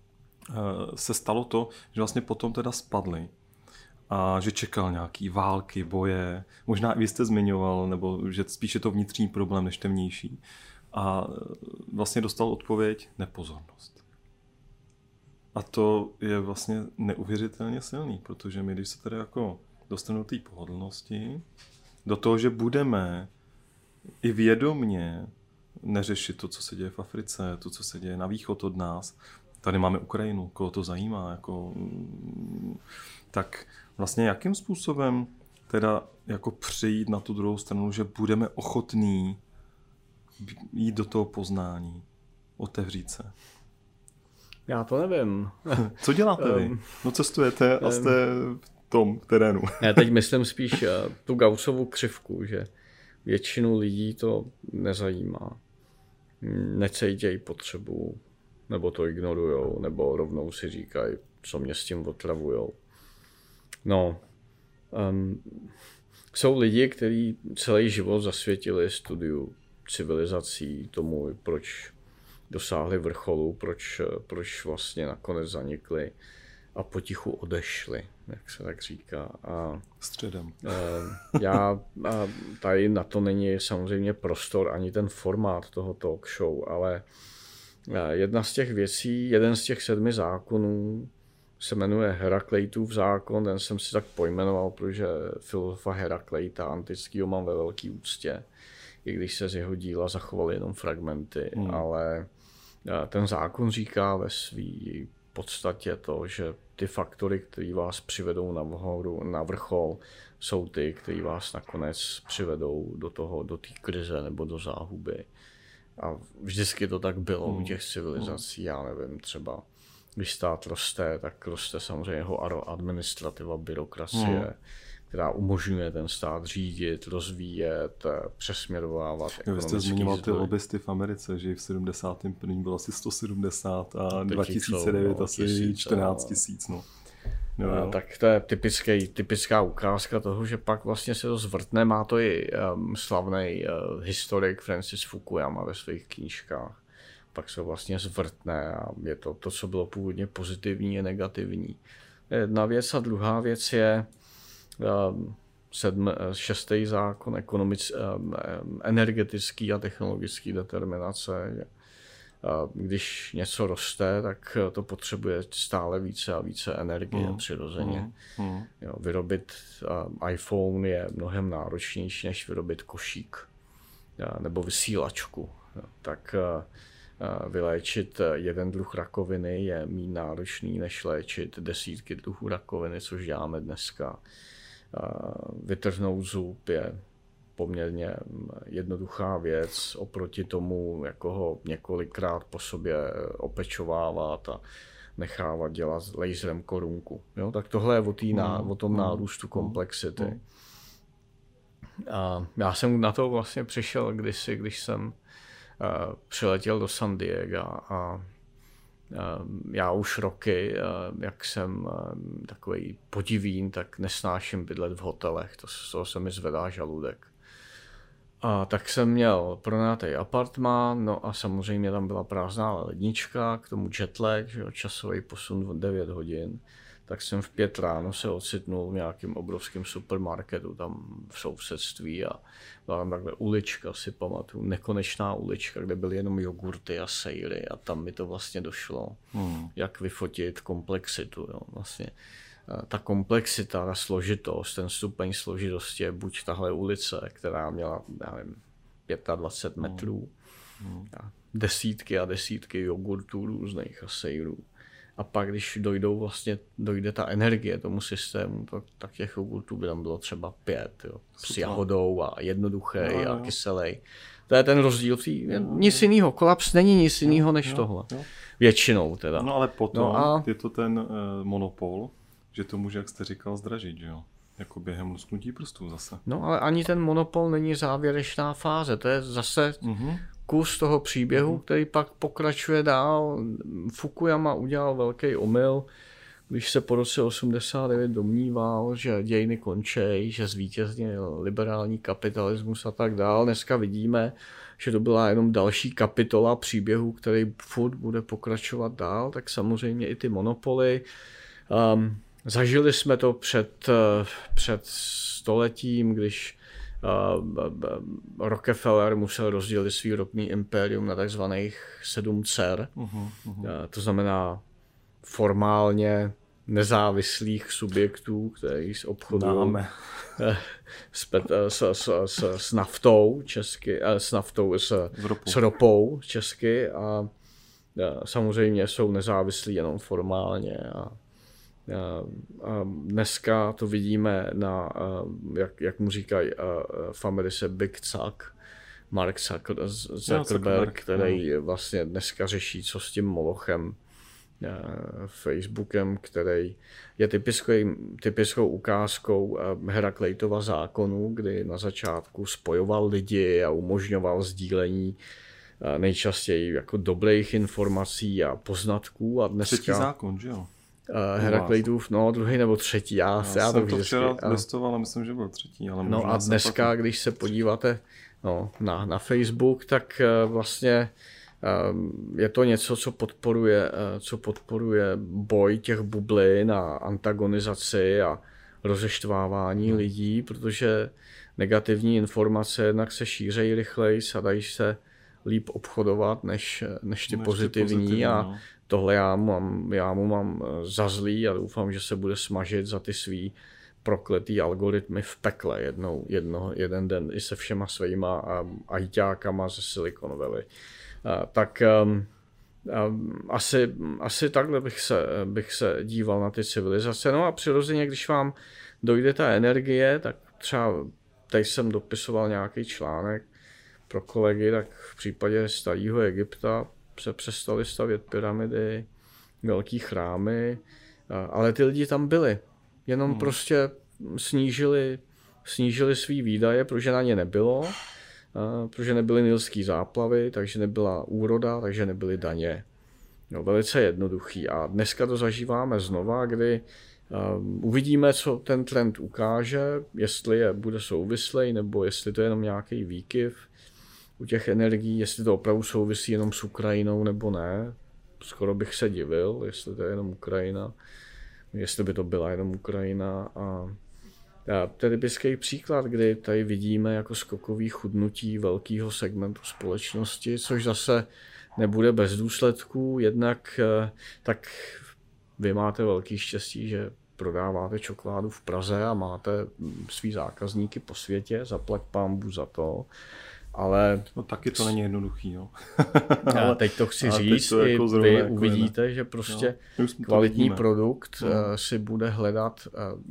se stalo to, že vlastně potom teda spadli a že čekal nějaký války, boje, možná i vy jste zmiňoval, nebo že spíš je to vnitřní problém než temnější. A vlastně dostal odpověď nepozornost. A to je vlastně neuvěřitelně silný, protože my, když se tady jako dostaneme do té pohodlnosti, do toho, že budeme i vědomně neřešit to, co se děje v Africe, to, co se děje na východ od nás, tady máme Ukrajinu, koho to zajímá, jako, tak vlastně jakým způsobem teda jako přejít na tu druhou stranu, že budeme ochotní jít do toho poznání, otevřít se. Já to nevím. Co děláte vy? No cestujete a jste v tom terénu. Já teď myslím spíš tu Gaussovu křivku, že většinu lidí to nezajímá. Necítějí potřebu, nebo to ignorujou, nebo rovnou si říkají, co mě s tím otravujou. No, jsou lidi, kteří celý život zasvětili studiu civilizací, tomu, proč dosáhli vrcholu, proč vlastně nakonec zanikli a potichu odešli, jak se tak říká. Středem. Tady na to není samozřejmě prostor ani ten formát toho talk show, ale jedna z těch věcí, jeden z těch 7 zákonů se jmenuje Herakleitův zákon, ten jsem si tak pojmenoval, protože filozofa Herakleita antického mám ve velké úctě, i když se z jeho díla zachovaly jenom fragmenty, ale ten zákon říká ve své podstatě to, že ty faktory, které vás přivedou na vrchol, jsou ty, které vás nakonec přivedou do té krize nebo do záhuby. A vždycky to tak bylo u těch civilizací, já nevím, třeba když stát roste, tak roste samozřejmě jeho administrativa, byrokracie, která umožňuje ten stát řídit, rozvíjet, přesměrovávat ekonomický zdroj. Vy jste zmiňoval ty lobbysty v Americe, že v 71. bylo asi 170 a 2009 asi 14 000. No. Tak to je typická ukázka toho, že pak vlastně se to zvrtne. Má to i slavný historik Francis Fukuyama ve svých knížkách. Pak se vlastně zvrtne a je to, co bylo původně pozitivní, je negativní. Jedna věc a druhá věc je šestý zákon energetický a technologický determinace. Když něco roste, tak to potřebuje stále více a více energie přirozeně. Jo, vyrobit iPhone je mnohem náročnější, než vyrobit košík nebo vysílačku. Jo, tak vyléčit jeden druh rakoviny je méně náročný, než léčit desítky druhů rakoviny, což děláme dneska. Vytrhnout zub je poměrně jednoduchá věc oproti tomu, jako ho několikrát po sobě opečovávat a nechávat dělat laserem korunku. Jo? Tak tohle je o tom nárůstu komplexity. A já jsem na to vlastně přišel kdysi, když jsem přiletěl do San Diega a já už roky, jak jsem takový podivín, tak nesnáším bydlet v hotelech, to se mi zvedá žaludek. A tak jsem měl pronajatý apartmán, no a samozřejmě tam byla prázdná lednička, k tomu jetlag, že jo, časový posun od 9 hodin. Tak jsem v 5 ráno se ocitnul v nějakém obrovském supermarketu tam v sousedství a byla tam takhle ulička, si pamatuju, nekonečná ulička, kde byly jenom jogurty a sejry a tam mi to vlastně došlo, jak vyfotit komplexitu. Jo. Vlastně ta komplexita, ta složitost, ten stupeň složitosti je buď tahle ulice, která měla, já nevím, 25 metrů, a desítky a desítky jogurtů různých a sejrů. A pak, když dojde ta energie tomu systému, tak těch jogurtů by tam bylo třeba 5, jo, s jahodou a jednoduchý a kyselý. To je ten rozdíl. Nic jiného. Kolaps není nic jiného než tohle. Většinou teda. No ale potom je to ten monopol, že to může, jak jste říkal, zdražit, že jo? Jako během lusknutí prstů zase. No ale ani ten monopol není závěrečná fáze. To je zase kus toho příběhu, který pak pokračuje dál. Fukuyama udělal velký omyl, když se po roce 89 domníval, že dějiny končí, že zvítěznil liberální kapitalismus a tak dál. Dneska vidíme, že to byla jenom další kapitola příběhu, který furt bude pokračovat dál, tak samozřejmě i ty monopoly. Zažili jsme to před stoletím, když Rockefeller musel rozdělit svý ropný impérium na takzvaných 7 dcer. To znamená formálně nezávislých subjektů, který obchodují s naftou česky, s ropou česky a samozřejmě jsou nezávislí jenom formálně. A dneska to vidíme na, jak mu říkají v Americe Big Zuck, Mark Zuckerberg, který vlastně dneska řeší, co s tím molochem Facebookem, který je typickou ukázkou Herakleitova zákonu, kdy na začátku spojoval lidi a umožňoval sdílení nejčastěji jako dobrých informací a poznatků. A dneska třetí zákon, že jo? Herakleitův, druhý nebo třetí. Já jsem to včera listoval a myslím, že byl třetí. Ale no a dneska, když se podíváte na Facebook, tak vlastně je to něco, co podporuje boj těch bublin a antagonizaci a rozeštvávání lidí, protože negativní informace jednak se šířejí rychleji a dají se líp obchodovat než ty pozitivní a tohle já mu mám za zlý a doufám, že se bude smažit za ty svý prokletý algoritmy v pekle jeden den i se všema svýma ajťákama ze Silicon Valley. Tak Asi takhle bych se díval na ty civilizace. No a přirozeně, když vám dojde ta energie, tak třeba teď jsem dopisoval nějaký článek pro kolegy, tak v případě starého Egypta se přestaly stavět pyramidy, velký chrámy, ale ty lidi tam byli. Jenom prostě snížili svý výdaje, protože na ně nebylo, protože nebyly nilský záplavy, takže nebyla úroda, takže nebyly daně. No, velice jednoduchý. A dneska to zažíváme znova, kdy uvidíme, co ten trend ukáže, jestli bude souvislý, nebo jestli to je jenom nějaký výkyv u těch energií, jestli to opravdu souvisí jenom s Ukrajinou, nebo ne. Skoro bych se divil, jestli to je jenom Ukrajina, jestli by to byla jenom Ukrajina. A typický příklad, kdy tady vidíme jako skokový chudnutí velkého segmentu společnosti, což zase nebude bez důsledků. Jednak tak vy máte velký štěstí, že prodáváte čokoládu v Praze a máte svý zákazníky po světě, zaplať pánbůh za to. Ale no, taky to není jednoduchý. Jo. Ale teď to chci říct, to jako i vy jako uvidíte, že prostě kvalitní produkt si bude hledat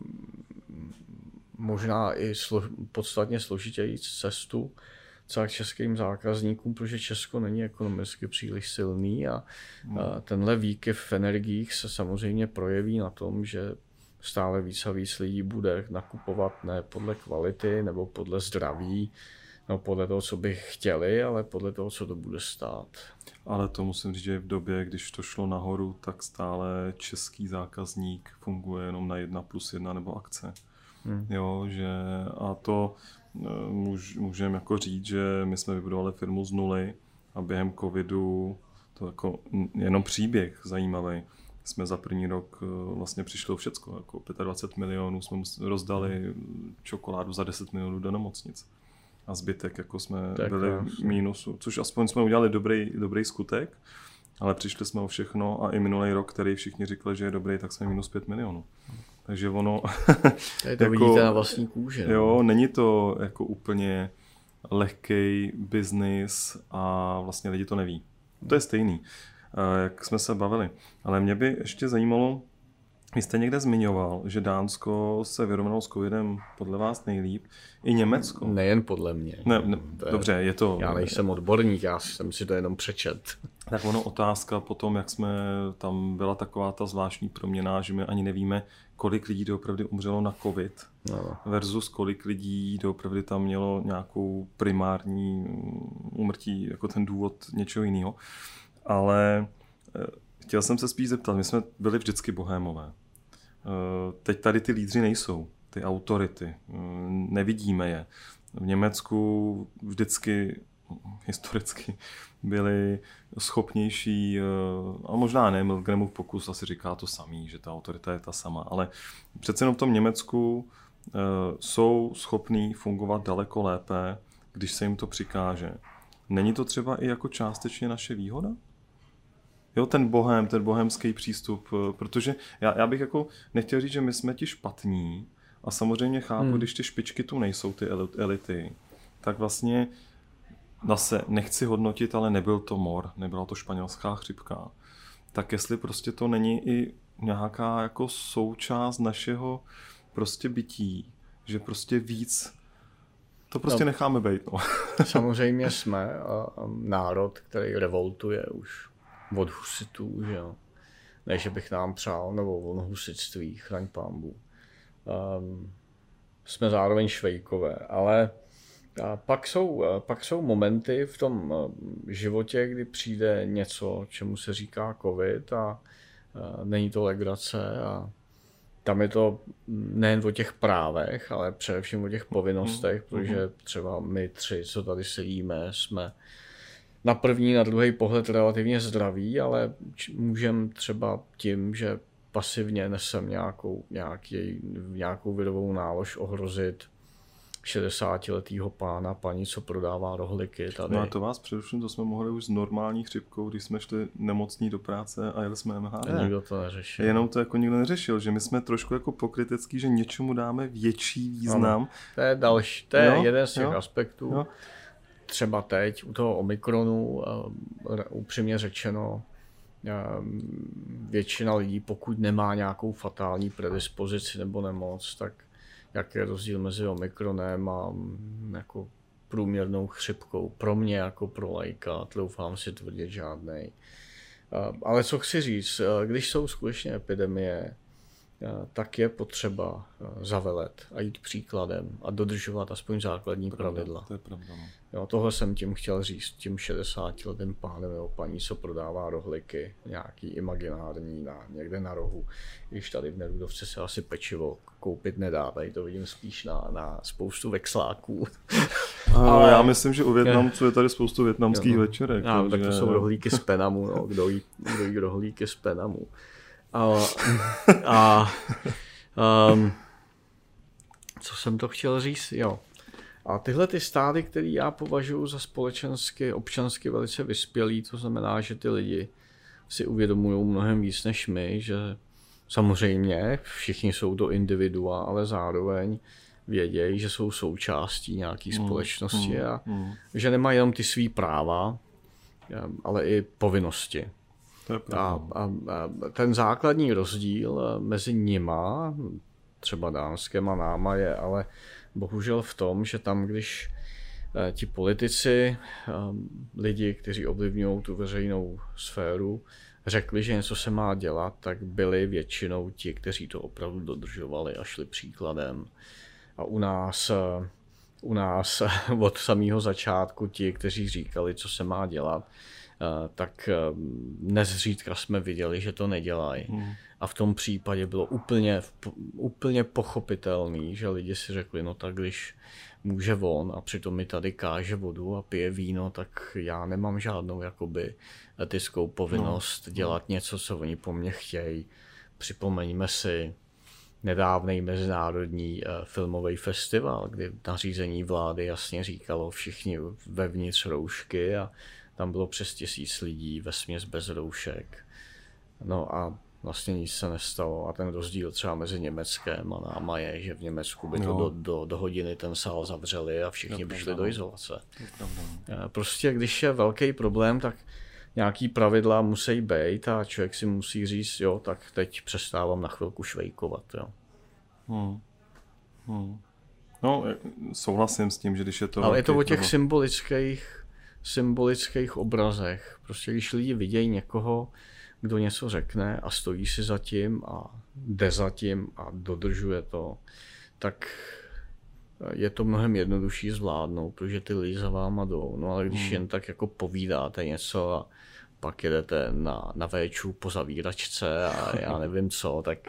možná i podstatně složitější cestu k českým zákazníkům, protože Česko není ekonomicky příliš silný a tenhle výkyv v energiích se samozřejmě projeví na tom, že stále víc a víc lidí bude nakupovat ne podle kvality nebo podle zdraví, no podle toho, co by chtěli, ale podle toho, co to bude stát. Ale to musím říct, že v době, když to šlo nahoru, tak stále český zákazník funguje jenom na 1+1 nebo akce. Jo, že a to můžeme jako říct, že my jsme vybudovali firmu z nuly a během covidu, to jako jenom příběh zajímavý, jsme za první rok vlastně přišlo všecko, jako 25 milionů jsme rozdali čokoládu za 10 milionů do nemocnic. A zbytek jako jsme byli v mínusu, což aspoň jsme udělali dobrý skutek, ale přišli jsme o všechno a i minulý rok, který všichni říkali, že je dobrý, tak jsme minus 5 milionů. Takže ono... Tady to jako, vidíte na vlastní kůži. Jo, není to jako úplně lehkej biznis a vlastně lidi to neví. To je stejný, jak jsme se bavili. Ale mě by ještě zajímalo, vy jste někde zmiňoval, že Dánsko se vyrovnalo s covidem podle vás nejlíp, i Německo. Nejen podle mě. Dobře, je to... Já nejsem odborník, já jsem si to jenom přečet. Tak ono otázka potom, jak jsme, tam byla taková ta zvláštní proměna, že my ani nevíme, kolik lidí doopravdy umřelo na covid versus kolik lidí doopravdy tam mělo nějakou primární úmrtí, jako ten důvod něčeho jiného. Ale chtěl jsem se spíš zeptat, my jsme byli vždycky bohémové. Teď tady ty lídři nejsou, ty autority, nevidíme je. V Německu vždycky historicky byli schopnější, a možná ne, Milgramův pokus asi říká to samý, že ta autorita je ta sama, ale přece jenom v tom Německu jsou schopní fungovat daleko lépe, když se jim to přikáže. Není to třeba i jako částečně naše výhoda? Jo, ten bohémský přístup, protože já bych jako nechtěl říct, že my jsme ti špatní a samozřejmě chápu, když ty špičky tu nejsou, ty elity, tak vlastně zase nechci hodnotit, ale nebyl to mor, nebyla to španělská chřipka. Tak jestli prostě to není i nějaká jako součást našeho prostě bytí, že prostě víc to prostě necháme být. No. Samozřejmě jsme národ, který revoltuje už od husitů, že jo. Ne, že bych nám přál, nebo on husitství, chraň pánbůh. Jsme zároveň švejkové, ale pak jsou momenty v tom životě, kdy přijde něco, čemu se říká covid a není to legrace a tam je to nejen o těch právech, ale především o těch povinnostech, protože třeba my tři, co tady sedíme, jsme na první, na druhý pohled relativně zdraví, ale můžeme třeba tím, že pasivně nesem nějakou virovou nálož ohrozit 60letýho pána, paní, co prodává rohlíky tady. No a to vás především, to jsme mohli už s normální chřipkou, když jsme šli nemocní do práce a jeli jsme MHD. Nikdo to neřešil. Jenom to jako nikdo neřešil, že my jsme trošku jako pokrytecký, že něčemu dáme větší význam. Ano, to je další, to je jeden z těch aspektů. Jo. Třeba teď u toho Omikronu, upřímně řečeno, většina lidí, pokud nemá nějakou fatální predispozici nebo nemoc, tak jaký je rozdíl mezi omikronem a jako průměrnou chřipkou? Pro mě jako pro laika, troufám si tvrdit žádnej. Ale co chci říct, když jsou skutečně epidemie, tak je potřeba zavelet a jít příkladem a dodržovat aspoň základní pravidla. To je pravda, no. Jo, tohle jsem tím chtěl říct, tím 60letým pánem nebo paní, co prodává rohlíky, nějaký imaginární někde na rohu. Když tady v Nerudovce se asi pečivo koupit nedá, tady to vidím spíš na spoustu vexláků. Ale já myslím, že u Vietnamců je tady spoustu vietnamských večerek. No, tak to jsou rohlíky z Penamu, no. Kdo jí rohlíky z Penamu. Co jsem to chtěl říct? Jo. A tyhle ty státy, které já považuji za společensky, občansky velice vyspělý, to znamená, že ty lidi si uvědomují mnohem víc než my, že samozřejmě všichni jsou to individua, ale zároveň vědějí, že jsou součástí nějaké společnosti a že nemají jenom ty svý práva, ale i povinnosti. A ten základní rozdíl mezi nima, třeba Dánskem a náma, je ale bohužel v tom, že tam, když ti politici, lidi, kteří ovlivňují tu veřejnou sféru, řekli, že něco se má dělat, tak byli většinou ti, kteří to opravdu dodržovali a šli příkladem. A u nás od samého začátku ti, kteří říkali, co se má dělat, tak nezřídka jsme viděli, že to nedělají. A v tom případě bylo úplně pochopitelný, že lidi si řekli, no tak když může on a přitom mi tady káže vodu a pije víno, tak já nemám žádnou jakoby etickou povinnost dělat něco, co oni po mně chtějí. Připomeňme si nedávnej mezinárodní filmový festival, kdy nařízení vlády jasně říkalo všichni vevnitř roušky a tam bylo přes 1000 lidí vesměs bez roušek. No a vlastně nic se nestalo a ten rozdíl třeba mezi Německem a náma je, že v Německu by to do hodiny ten sál zavřeli a všichni by šli do izolace. Prostě když je velký problém, tak nějaký pravidla musí být a člověk si musí říct, jo, tak teď přestávám na chvilku švejkovat. Jo. No, souhlasím s tím, že když je to... Ale je to o těch symbolických obrazech. Prostě když lidi vidějí někoho, kdo něco řekne a stojí si za tím a jde za tím a dodržuje to, tak je to mnohem jednodušší zvládnout, protože ty lidi za váma jdou. No ale když jen tak jako povídáte něco a pak jedete na véču po zavíračce a já nevím co, tak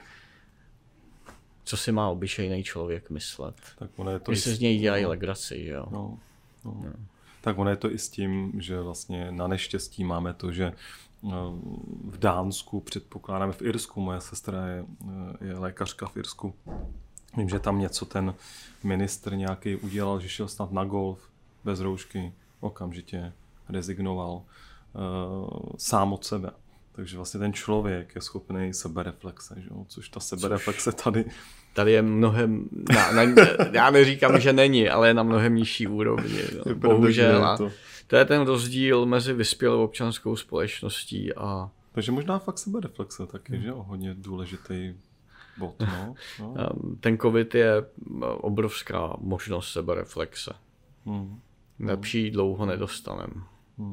co si má obyčejný člověk myslet? Tak když se z něj dělají legraci, že jo? No. Tak ono je to i s tím, že vlastně na neštěstí máme to, že v Dánsku, předpokládáme v Irsku, moje sestra je lékařka v Irsku. Vím, že tam něco ten ministr nějaký udělal, že šel snad na golf bez roušky, okamžitě rezignoval sám od sebe. Takže vlastně ten člověk je schopný sebereflexe, že? Což ta sebereflexe tady je mnohem, já neříkám, že není, ale je na mnohem nižší úrovni. No. Bohužel. To je ten rozdíl mezi vyspělou občanskou společností a... Takže možná fakt sebereflexe taky, že jo? Hodně důležitý bod. No. Ten covid je obrovská možnost sebereflexe. Lepší dlouho nedostanem.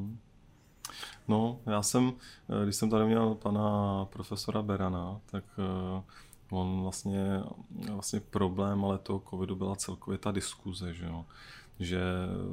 No, když jsem tady měl pana profesora Berana, tak on vlastně problém, ale toho covidu byla celkově ta diskuze, že jo? Že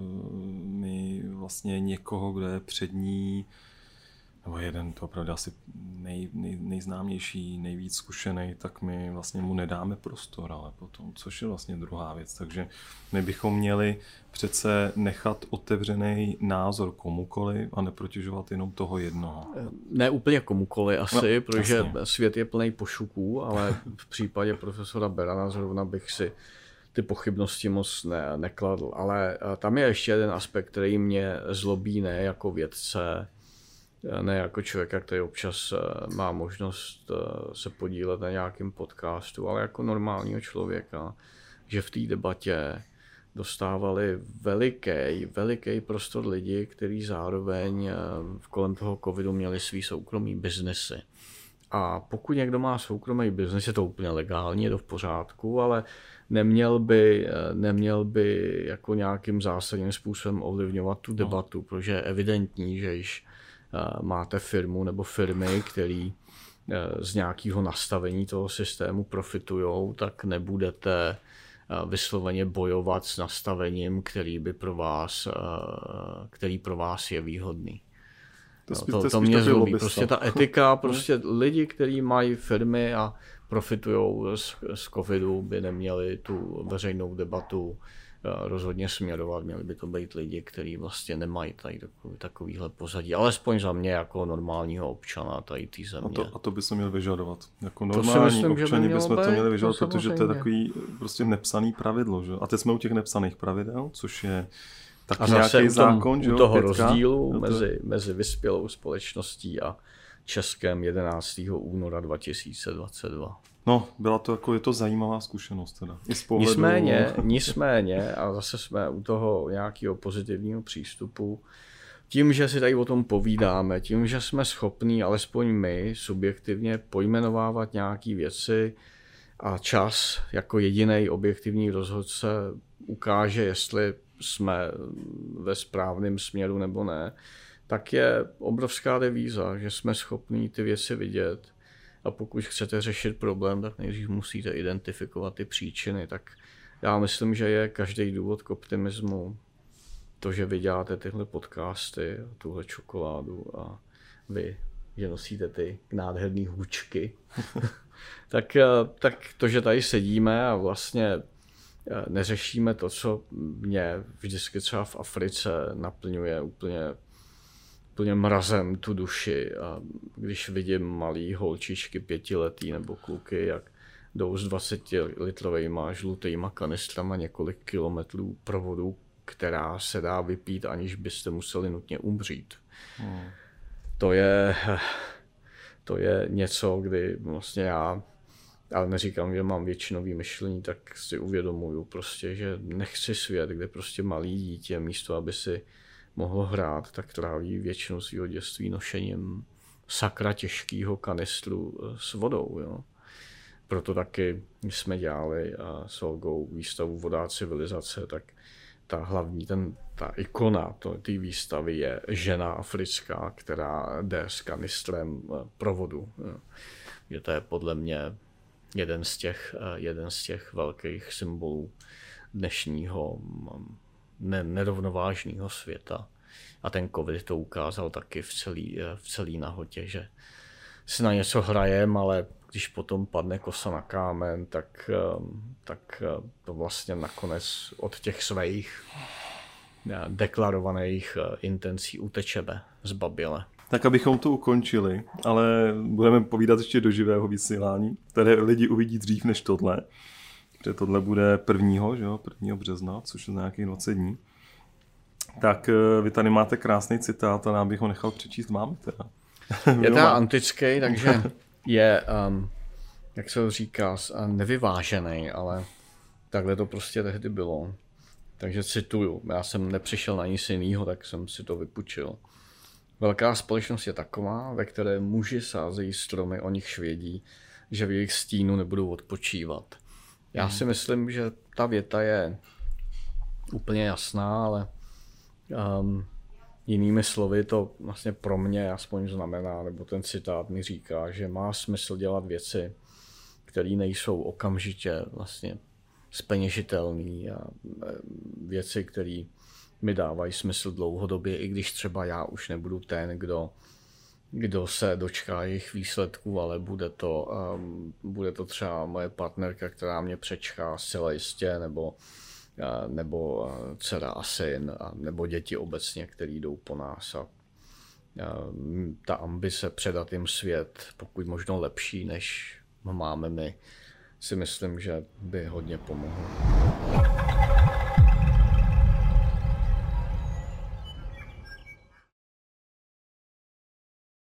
my vlastně někoho, kdo je přední, nebo jeden to opravdu asi nejznámější, nejvíc zkušený, tak my vlastně mu nedáme prostor, ale potom, což je vlastně druhá věc. Takže my bychom měli přece nechat otevřený názor komukoliv a neprotěžovat jenom toho jednoho. Ne úplně komukoliv asi, protože jasně. Svět je plný pošuků, ale v případě profesora Berana zrovna bych si ty pochybnosti moc nekladl. Ale tam je ještě jeden aspekt, který mě zlobí ne jako vědce, ne jako člověka, který občas má možnost se podílet na nějakém podcastu, ale jako normálního člověka, že v té debatě dostávali veliký prostor lidi, kteří zároveň kolem toho covidu měli svý soukromý biznesy. A pokud někdo má soukromý biznes, je to úplně legální, je to v pořádku, ale neměl by jako nějakým zásadním způsobem ovlivňovat tu debatu, protože je evidentní, že již máte firmu nebo firmy, který z nějakého nastavení toho systému profitujou, tak nebudete vysloveně bojovat s nastavením, který pro vás je výhodný. To mě zlobí. Prostě ta etika, prostě lidi, kteří mají firmy a profitujou z covidu, by neměli tu veřejnou debatu rozhodně směrovat. Měli by to být lidi, kteří vlastně nemají tady takovýhle pozadí. Alespoň za mě jako normálního občana tady té země. A to by se měl vyžadovat. Jako normální občani bychom to měli vyžadovat, protože to je takový prostě nepsaný pravidlo. Že? A teď jsme u těch nepsaných pravidel, což je taky nějaký zákon, že jo? Toho rozdílu mezi vyspělou společností a Českem 11. února 2022. No, je to zajímavá zkušenost teda. I z pohledu... Nicméně, a zase jsme u toho nějakého pozitivního přístupu, tím, že si tady o tom povídáme, tím, že jsme schopní, alespoň my, subjektivně pojmenovávat nějaké věci a čas jako jediný objektivní rozhodce ukáže, jestli jsme ve správném směru nebo ne, tak je obrovská devíza, že jsme schopní ty věci vidět. A pokud chcete řešit problém, tak nejdřív musíte identifikovat ty příčiny. Tak já myslím, že je každý důvod k optimismu. To, že vy děláte tyhle podcasty, tuhle čokoládu a vy, že nosíte ty nádherné hůčky, tak to, že tady sedíme a vlastně neřešíme to, co mě vždycky třeba v Africe naplňuje úplně mrazem tu duši, a když vidím malý holčičky 5letý nebo kluky, jak jdou s 20litrovejma žlutýma kanistrama několik kilometrů provodu, která se dá vypít, aniž byste museli nutně umřít. To je něco, kdy vlastně já, ale neříkám, že mám většinový myšlení, tak si uvědomuju prostě, že nechci svět, kde prostě malý dítě místo, aby si mohlo hrát, tak tráví většinu svého dětství nošením sakra těžkého kanistru s vodou. Jo. Proto taky jsme dělali s Olgou výstavu Voda civilizace, tak ta ikona té výstavy je žena africká, která jde s kanistrem pro vodu. Jo. Že to je podle mě jeden z těch velkých symbolů dnešního nerovnovážného světa. A ten covid to ukázal taky v celý nahotě, že si na něco hrajeme, ale když potom padne kosa na kámen, tak to vlastně nakonec od těch svých deklarovaných intencí utečeme z babile. Tak abychom to ukončili, ale budeme povídat ještě do živého vysílání, které lidi uvidí dřív než tohle. Protože tohle bude 1. března, což je za nějakých 20 dní. Tak vy tady máte krásný citát a nám bych ho nechal přečíst vám teda. Je to antický, takže je, jak se to říká, nevyvážený, ale takhle to prostě tehdy bylo. Takže cituju, já jsem nepřišel na nic jinýho, tak jsem si to vypučil. Velká společnost je taková, ve které muži sázejí stromy, o nichž vědí, že v jejich stínu nebudou odpočívat. Já si myslím, že ta věta je úplně jasná, ale jinými slovy to vlastně pro mě aspoň znamená, nebo ten citát mi říká, že má smysl dělat věci, které nejsou okamžitě vlastně zpeněžitelné a věci, které mi dávají smysl dlouhodobě, i když třeba já už nebudu ten, kdo se dočká jejich výsledků, ale bude to třeba moje partnerka, která mě přečká zcela jistě, nebo dcera a syn, nebo děti obecně, který jdou po nás. A ta ambice předat jim svět, pokud možno lepší, než máme my, si myslím, že by hodně pomohlo.